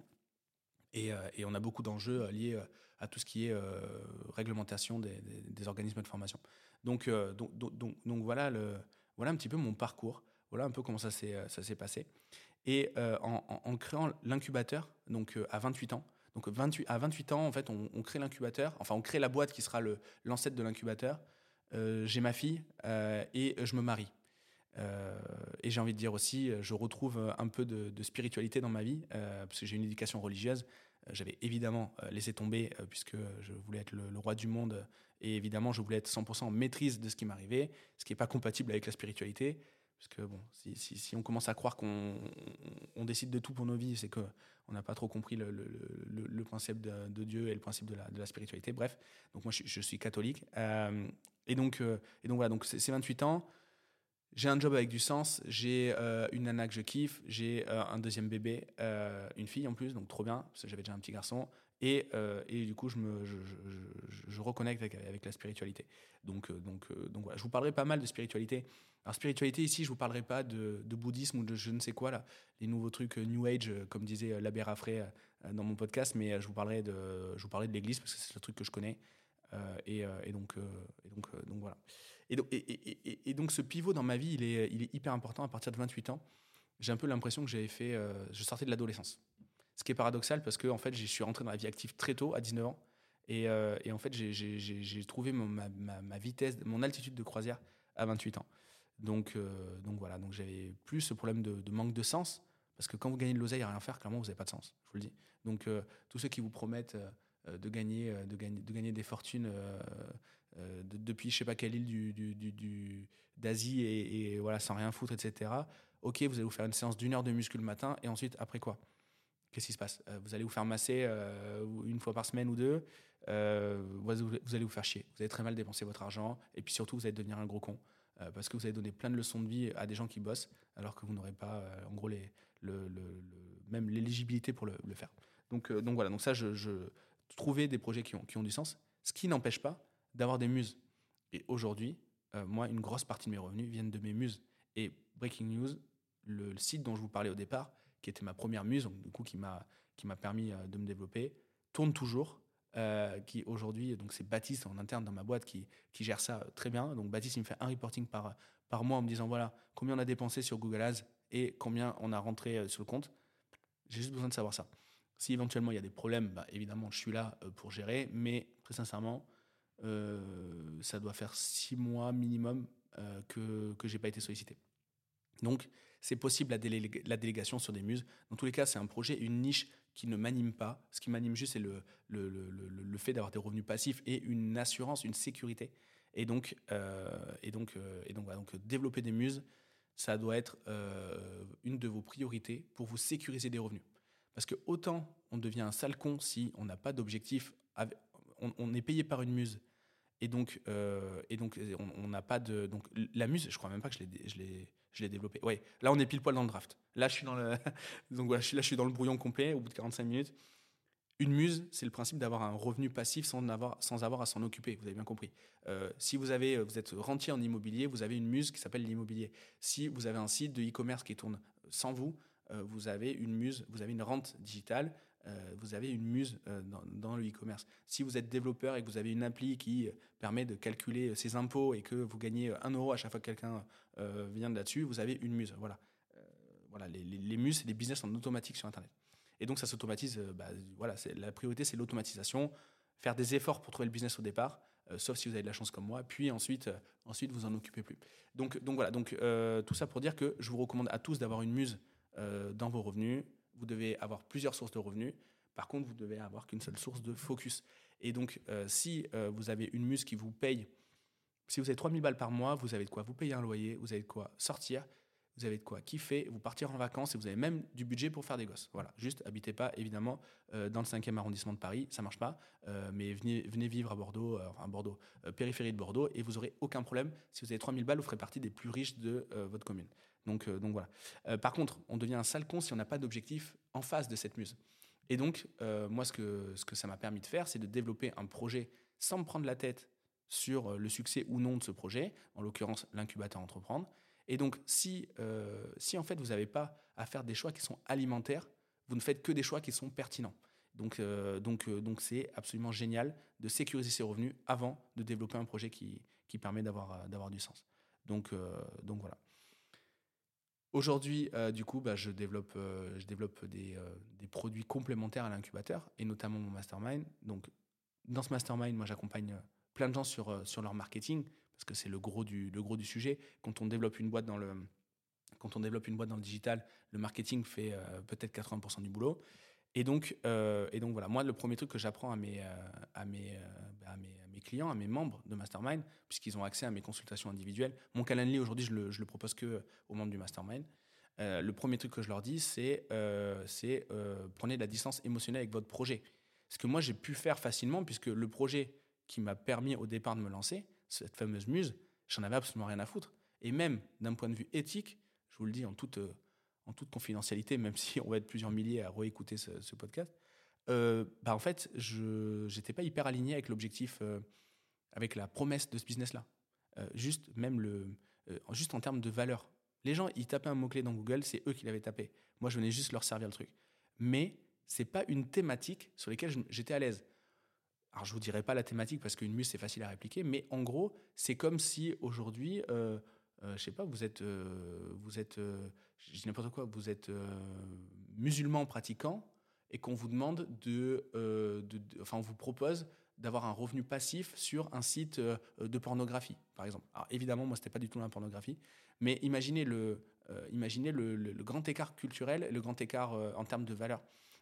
Et, euh, et on a beaucoup d'enjeux liés euh, à tout ce qui est euh, réglementation des, des, des organismes de formation. Donc, euh, donc, donc, donc voilà, le, voilà un petit peu mon parcours. Voilà un peu comment ça s'est, ça s'est passé. Et euh, en, en, en créant l'incubateur, donc euh, à vingt-huit ans, donc vingt-huit, à vingt-huit ans, en fait, on, on crée l'incubateur, enfin, on crée la boîte qui sera le, l'ancêtre de l'incubateur. Euh, j'ai ma fille euh, et je me marie. Euh, et j'ai envie de dire aussi, je retrouve un peu de, de spiritualité dans ma vie, euh, parce que j'ai une éducation religieuse. Euh, j'avais évidemment euh, laissé tomber, euh, puisque je voulais être le, le roi du monde, et évidemment, je voulais être cent pour cent en maîtrise de ce qui m'arrivait, ce qui n'est pas compatible avec la spiritualité. Parce que bon, si, si, si on commence à croire qu'on on, on décide de tout pour nos vies, c'est qu'on n'a pas trop compris le, le, le, le principe de, de Dieu et le principe de la, de la spiritualité. Bref, donc moi, je, je suis catholique. Euh, et, donc, euh, et donc voilà, donc c'est, c'est vingt-huit ans. J'ai un job avec du sens, j'ai euh, une nana que je kiffe, j'ai euh, un deuxième bébé, euh, une fille en plus, donc trop bien, parce que j'avais déjà un petit garçon. Et, euh, et du coup, je, me, je, je, je, je reconnecte avec, avec la spiritualité. Donc, euh, donc, euh, donc voilà, je vous parlerai pas mal de spiritualité. Alors, spiritualité, ici, je vous parlerai pas de, de bouddhisme ou de je ne sais quoi, là, les nouveaux trucs New Age, comme disait l'abbé Raffray euh, dans mon podcast, mais je vous parlerai de, je vous parlerai de l'église, parce que c'est le truc que je connais. Euh, et, euh, et donc, euh, et donc, euh, donc voilà. Et donc, et, et, et, et donc ce pivot dans ma vie, il est, il est hyper important à partir de vingt-huit ans. J'ai un peu l'impression que j'avais fait, euh, je sortais de l'adolescence. Ce qui est paradoxal parce que en fait, je suis rentré dans la vie active très tôt, à dix-neuf ans. Et, euh, et en fait, j'ai, j'ai, j'ai, j'ai trouvé mon, ma, ma, ma vitesse, mon altitude de croisière à vingt-huit ans. Donc, euh, donc voilà, donc j'avais plus ce problème de, de manque de sens. Parce que quand vous gagnez de l'oseille à rien faire, clairement, vous n'avez pas de sens, je vous le dis. Donc, euh, tous ceux qui vous promettent... Euh, euh, de, gagner, euh, de, gagner, de gagner des fortunes euh, euh, de, depuis je sais pas quelle île du, du, du, du, d'Asie et, et voilà, sans rien foutre, et cetera. Ok, vous allez vous faire une séance d'une heure de muscu le matin et ensuite, après quoi ? Qu'est-ce qui se passe ? euh, Vous allez vous faire masser euh, une fois par semaine ou deux, euh, vous, vous allez vous faire chier. Vous allez très mal dépenser votre argent et puis surtout, vous allez devenir un gros con euh, parce que vous allez donner plein de leçons de vie à des gens qui bossent alors que vous n'aurez pas, euh, en gros, les, le, le, le, même l'éligibilité pour le, le faire. Donc, euh, donc voilà, donc ça, je, je trouvais des projets qui ont, qui ont du sens, ce qui n'empêche pas d'avoir des muses. Et aujourd'hui, euh, moi, une grosse partie de mes revenus viennent de mes muses. Et breaking news, le, le site dont je vous parlais au départ, qui était ma première muse, donc du coup qui m'a qui m'a permis euh, de me développer, tourne toujours. Euh, qui aujourd'hui, donc c'est Baptiste en interne dans ma boîte qui, qui gère ça très bien. Donc Baptiste, il me fait un reporting par, par mois en me disant voilà combien on a dépensé sur Google Ads et combien on a rentré euh, sur le compte. J'ai juste besoin de savoir ça. Si éventuellement il y a des problèmes, bah, évidemment je suis là euh, pour gérer, mais très sincèrement, euh, ça doit faire six mois minimum euh, que que j'ai pas été sollicité. Donc, c'est possible la, délé- la délégation sur des muses. Dans tous les cas, c'est un projet, une niche qui ne m'anime pas. Ce qui m'anime juste, c'est le, le, le, le, le fait d'avoir des revenus passifs et une assurance, une sécurité. Et donc, euh, et donc, euh, et donc, voilà, donc, développer des muses, ça doit être euh, une de vos priorités pour vous sécuriser des revenus. Parce que autant on devient un sale con si on n'a pas d'objectif, avec- on, on est payé par une muse. Et donc, euh, et donc on n'a pas de. Donc, la muse, je crois même pas que je l'ai, je l'ai, je l'ai développée. Ouais, là, on est pile poil dans le draft. Là, je suis dans le. Donc, voilà, je suis, là, je suis dans le brouillon complet au bout de quarante-cinq minutes. Une muse, c'est le principe d'avoir un revenu passif sans avoir, sans avoir à s'en occuper. Vous avez bien compris. Euh, si vous, avez, vous êtes rentier en immobilier, vous avez une muse qui s'appelle l'immobilier. Si vous avez un site de e-commerce qui tourne sans vous, euh, vous avez une muse, vous avez une rente digitale, euh, vous avez une muse euh, dans, dans le e-commerce. Si vous êtes développeur et que vous avez une appli qui permet de calculer ses impôts et que vous gagnez un euro à chaque fois que quelqu'un euh, vient de là-dessus, vous avez une muse. Voilà. Euh, voilà les, les, les muses, c'est des business en automatique sur Internet. Et donc, ça s'automatise. Euh, bah, voilà, c'est, la priorité, c'est l'automatisation. Faire des efforts pour trouver le business au départ, euh, sauf si vous avez de la chance comme moi. Puis ensuite, euh, ensuite vous en occupez plus. Donc, donc voilà. Donc, euh, tout ça pour dire que je vous recommande à tous d'avoir une muse euh, dans vos revenus. Vous devez avoir plusieurs sources de revenus. Par contre, vous devez avoir qu'une seule source de focus. Et donc, euh, si euh, vous avez une muse qui vous paye, si vous avez trois mille balles par mois, vous avez de quoi vous payer un loyer, vous avez de quoi sortir, vous avez de quoi kiffer, vous partir en vacances et vous avez même du budget pour faire des gosses. Voilà, juste habitez pas évidemment euh, dans le cinquième arrondissement de Paris, ça marche pas, euh, mais venez, venez vivre à Bordeaux, euh, enfin Bordeaux, euh, périphérie de Bordeaux, et vous aurez aucun problème. Si vous avez trois mille balles, vous ferez partie des plus riches de euh, votre commune. Donc, euh, donc voilà. Euh, par contre, on devient un sale con si on n'a pas d'objectif en face de cette muse. Et donc, euh, moi, ce que, ce que ça m'a permis de faire, c'est de développer un projet sans me prendre la tête sur le succès ou non de ce projet, en l'occurrence l'incubateur entreprendre. Et donc, si, euh, si en fait vous n'avez pas à faire des choix qui sont alimentaires, vous ne faites que des choix qui sont pertinents. Donc, euh, donc, euh, donc c'est absolument génial de sécuriser ses revenus avant de développer un projet qui, qui permet d'avoir, d'avoir du sens. Donc, euh, donc voilà. Aujourd'hui, euh, du coup, bah, je développe, euh, je développe des, euh, des produits complémentaires à l'incubateur et notamment mon mastermind. Donc, dans ce mastermind, moi, j'accompagne plein de gens sur, euh, sur leur marketing parce que c'est le gros du, le gros du sujet. Quand on développe une boîte dans le, quand on développe une boîte dans le digital, le marketing fait euh, peut-être quatre-vingts pour cent du boulot. Et donc, euh, et donc voilà, moi, le premier truc que j'apprends à mes, euh, à, mes, euh, à, mes, à mes clients, à mes membres de Mastermind, puisqu'ils ont accès à mes consultations individuelles, mon Calendly, aujourd'hui, je le, je le propose que aux membres du Mastermind. Euh, le premier truc que je leur dis, c'est euh, c'est, euh, prenez de la distance émotionnelle avec votre projet. Ce que moi, j'ai pu faire facilement, puisque le projet qui m'a permis au départ de me lancer, cette fameuse muse, j'en avais absolument rien à foutre. Et même d'un point de vue éthique, je vous le dis en toute... Euh, en toute confidentialité, même si on va être plusieurs milliers à réécouter ce, ce podcast, euh, bah en fait, je n'étais pas hyper aligné avec l'objectif, euh, avec la promesse de ce business-là. Euh, juste, même le, euh, juste en termes de valeur. Les gens, ils tapaient un mot-clé dans Google, c'est eux qui l'avaient tapé. Moi, je venais juste leur servir le truc. Mais c'est pas une thématique sur laquelle je, j'étais à l'aise. Alors, je vous dirai pas la thématique parce qu'une muse, c'est facile à répliquer, mais en gros, c'est comme si aujourd'hui... Euh, Euh, je sais pas, vous êtes, euh, vous êtes, euh, je dis n'importe quoi, vous êtes euh, musulman pratiquant et qu'on vous demande de, euh, de, de, enfin, on vous propose d'avoir un revenu passif sur un site euh, de pornographie, par exemple. Alors évidemment, moi, c'était pas du tout la pornographie, mais imaginez le, euh, imaginez le, le, le grand écart culturel, le grand écart euh, en termes de valeur.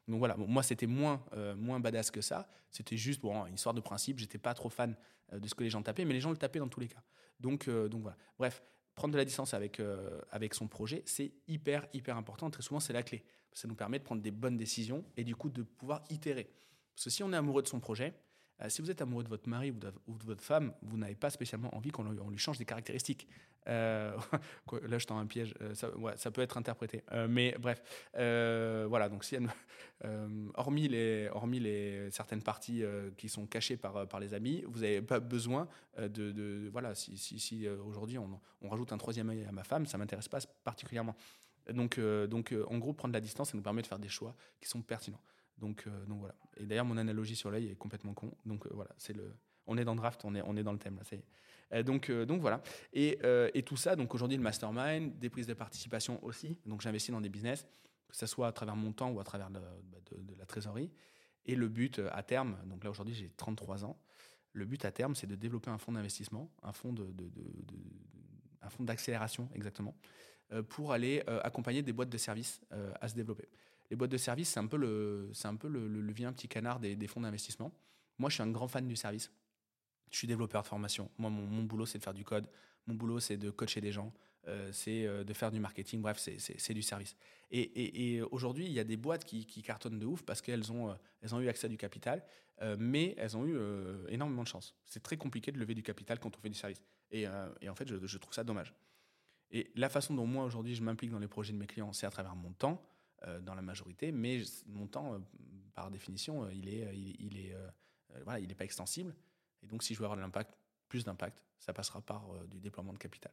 Donc voilà, bon, moi c'était moins, euh, moins badass que ça. C'était juste bon, une histoire de principe. J'étais pas trop fan euh, de ce que les gens tapaient, mais les gens le tapaient dans tous les cas. Donc, euh, donc voilà. Bref, prendre de la distance avec, euh, avec son projet, c'est hyper, hyper important. Très souvent, c'est la clé. Ça nous permet de prendre des bonnes décisions et du coup de pouvoir itérer. Parce que si on est amoureux de son projet, euh, si vous êtes amoureux de votre mari ou de, ou de votre femme, vous n'avez pas spécialement envie qu'on lui, on lui change des caractéristiques. Euh, là, je tends un piège. Euh, ça, ouais, ça peut être interprété. Euh, mais bref, euh, voilà. Donc, si elle, euh, hormis les, hormis les certaines parties euh, qui sont cachées par par les amis, vous n'avez pas besoin euh, de, de voilà. Si, si, si euh, aujourd'hui on, on rajoute un troisième œil à ma femme, ça m'intéresse pas particulièrement. Donc, euh, donc euh, en gros, prendre la distance, ça nous permet de faire des choix qui sont pertinents. Donc, euh, donc voilà. Et d'ailleurs, mon analogie sur l'œil est complètement con. Donc euh, voilà, c'est le. On est dans le draft, on est, on est dans le thème là. Ça y est. Euh, donc, euh, donc voilà. Et, euh, et tout ça, donc aujourd'hui le mastermind, des prises de participation aussi. Donc j'investis dans des business, que ce soit à travers mon temps ou à travers de, de, de la trésorerie. Et le but à terme, donc là aujourd'hui j'ai trente-trois ans. Le but à terme, c'est de développer un fonds d'investissement, un fonds de, de, de, de, un fonds d'accélération exactement, euh, pour aller euh, accompagner des boîtes de services euh, à se développer. Les boîtes de services, c'est un peu le, c'est un peu le, le, le vilain petit canard des, des fonds d'investissement. Moi, je suis un grand fan du service. Je suis développeur de formation. Moi, mon, mon boulot, c'est de faire du code. Mon boulot, c'est de coacher des gens. Euh, c'est euh, de faire du marketing. Bref, c'est, c'est, c'est du service. Et, et, et aujourd'hui, il y a des boîtes qui, qui cartonnent de ouf parce qu'elles ont, euh, elles ont eu accès à du capital, euh, mais elles ont eu euh, énormément de chance. C'est très compliqué de lever du capital quand on fait du service. Et, euh, et en fait, je, je trouve ça dommage. Et la façon dont moi, aujourd'hui, je m'implique dans les projets de mes clients, c'est à travers mon temps, euh, dans la majorité. Mais mon temps, euh, par définition, euh, il est, euh, il, il est, euh, euh, voilà, il n'est pas extensible. Et donc, si je veux avoir de l'impact, plus d'impact, ça passera par euh, du déploiement de capital.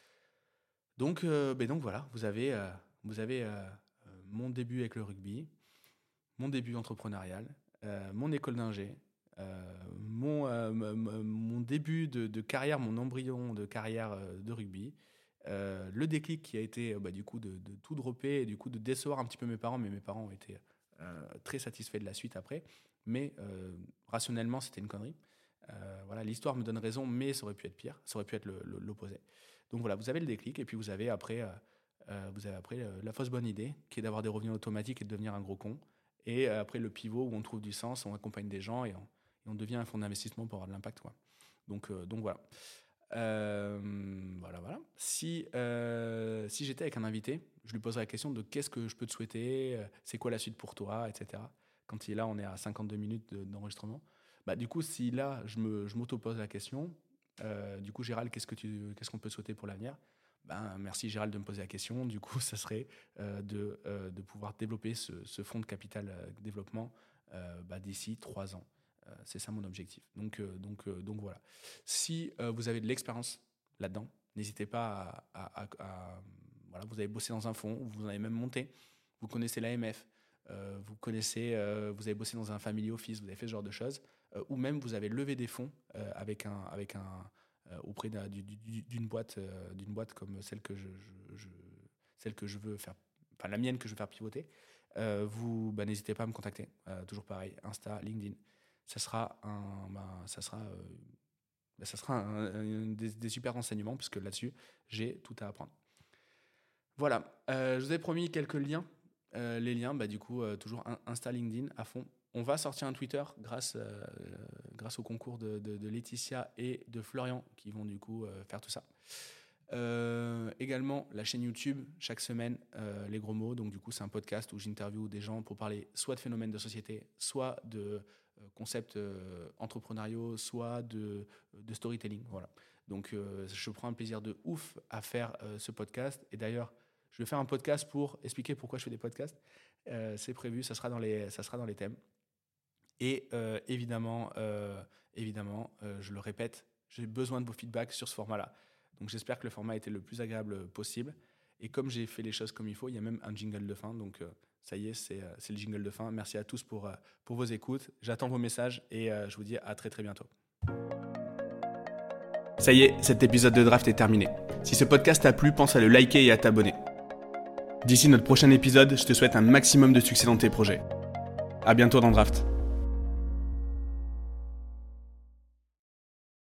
Donc, euh, ben donc voilà, vous avez, euh, vous avez euh, mon début avec le rugby, mon début entrepreneurial, euh, mon école d'ingé, euh, mon, euh, m- mon début de, de carrière, mon embryon de carrière euh, de rugby, euh, le déclic qui a été euh, bah, du coup de, de tout dropper et du coup de décevoir un petit peu mes parents, mais mes parents ont été euh, très satisfaits de la suite après. Mais euh, rationnellement, c'était une connerie. Euh, voilà, l'histoire me donne raison, mais ça aurait pu être pire, ça aurait pu être le, le, l'opposé. Donc voilà, vous avez le déclic et puis vous avez après, euh, euh, vous avez après euh, la fausse bonne idée qui est d'avoir des revenus automatiques et de devenir un gros con. Et euh, après le pivot où on trouve du sens, on accompagne des gens et on, et on devient un fonds d'investissement pour avoir de l'impact, quoi. Donc, euh, donc voilà. Euh, voilà, voilà. Si, euh, si j'étais avec un invité, je lui poserais la question de qu'est-ce que je peux te souhaiter, euh, c'est quoi la suite pour toi, et cetera. Quand il est là, on est à cinquante-deux minutes de, d'enregistrement. Bah, du coup, si là, je, me, je m'auto-pose la question, euh, du coup, Gérald, qu'est-ce, que tu, qu'est-ce qu'on peut souhaiter pour l'avenir ? Ben, merci Gérald de me poser la question. Du coup, ça serait euh, de, euh, de pouvoir développer ce, ce fonds de capital euh, développement euh, bah, d'ici trois ans. Euh, c'est ça mon objectif. Donc, euh, donc, euh, donc voilà. Si euh, vous avez de l'expérience là-dedans, n'hésitez pas à, à, à, à voilà, vous avez bossé dans un fonds, vous en avez même monté, vous connaissez l'A M F, euh, vous connaissez, euh, vous avez bossé dans un family office, vous avez fait ce genre de choses, euh, ou même vous avez levé des fonds euh, avec un, avec un euh, auprès d'un, du, du, d'une boîte, euh, d'une boîte comme celle que je, je, je, celle que je veux faire, enfin la mienne que je veux faire pivoter. Euh, vous, bah, n'hésitez pas à me contacter. Euh, toujours pareil, Insta, LinkedIn. Ça sera un, bah, ça sera, euh, bah, ça sera un, un, des, des super renseignements puisque là-dessus j'ai tout à apprendre. Voilà. Euh, je vous ai promis quelques liens. Euh, les liens, bah, du coup, euh, toujours Insta, LinkedIn à fond. On va sortir un Twitter grâce, euh, grâce au concours de, de, de Laetitia et de Florian qui vont du coup euh, faire tout ça. Euh, également, la chaîne YouTube, chaque semaine, euh, Les Gros Mots. Donc, du coup, c'est un podcast où j'interviewe des gens pour parler soit de phénomènes de société, soit de euh, concepts euh, entrepreneuriaux, soit de, de storytelling. Voilà. Donc, euh, je prends un plaisir de ouf à faire euh, ce podcast. Et d'ailleurs, je vais faire un podcast pour expliquer pourquoi je fais des podcasts. Euh, c'est prévu, ça sera dans les, ça sera dans les thèmes. Et euh, évidemment, euh, évidemment euh, je le répète, j'ai besoin de vos feedbacks sur ce format-là. Donc j'espère que le format a été le plus agréable possible. Et comme j'ai fait les choses comme il faut, il y a même un jingle de fin. Donc euh, ça y est, c'est, euh, c'est le jingle de fin. Merci à tous pour, euh, pour vos écoutes. J'attends vos messages et euh, je vous dis à très très bientôt. Ça y est, cet épisode de Draft est terminé. Si ce podcast t'a plu, pense à le liker et à t'abonner. D'ici notre prochain épisode, je te souhaite un maximum de succès dans tes projets. À bientôt dans Draft.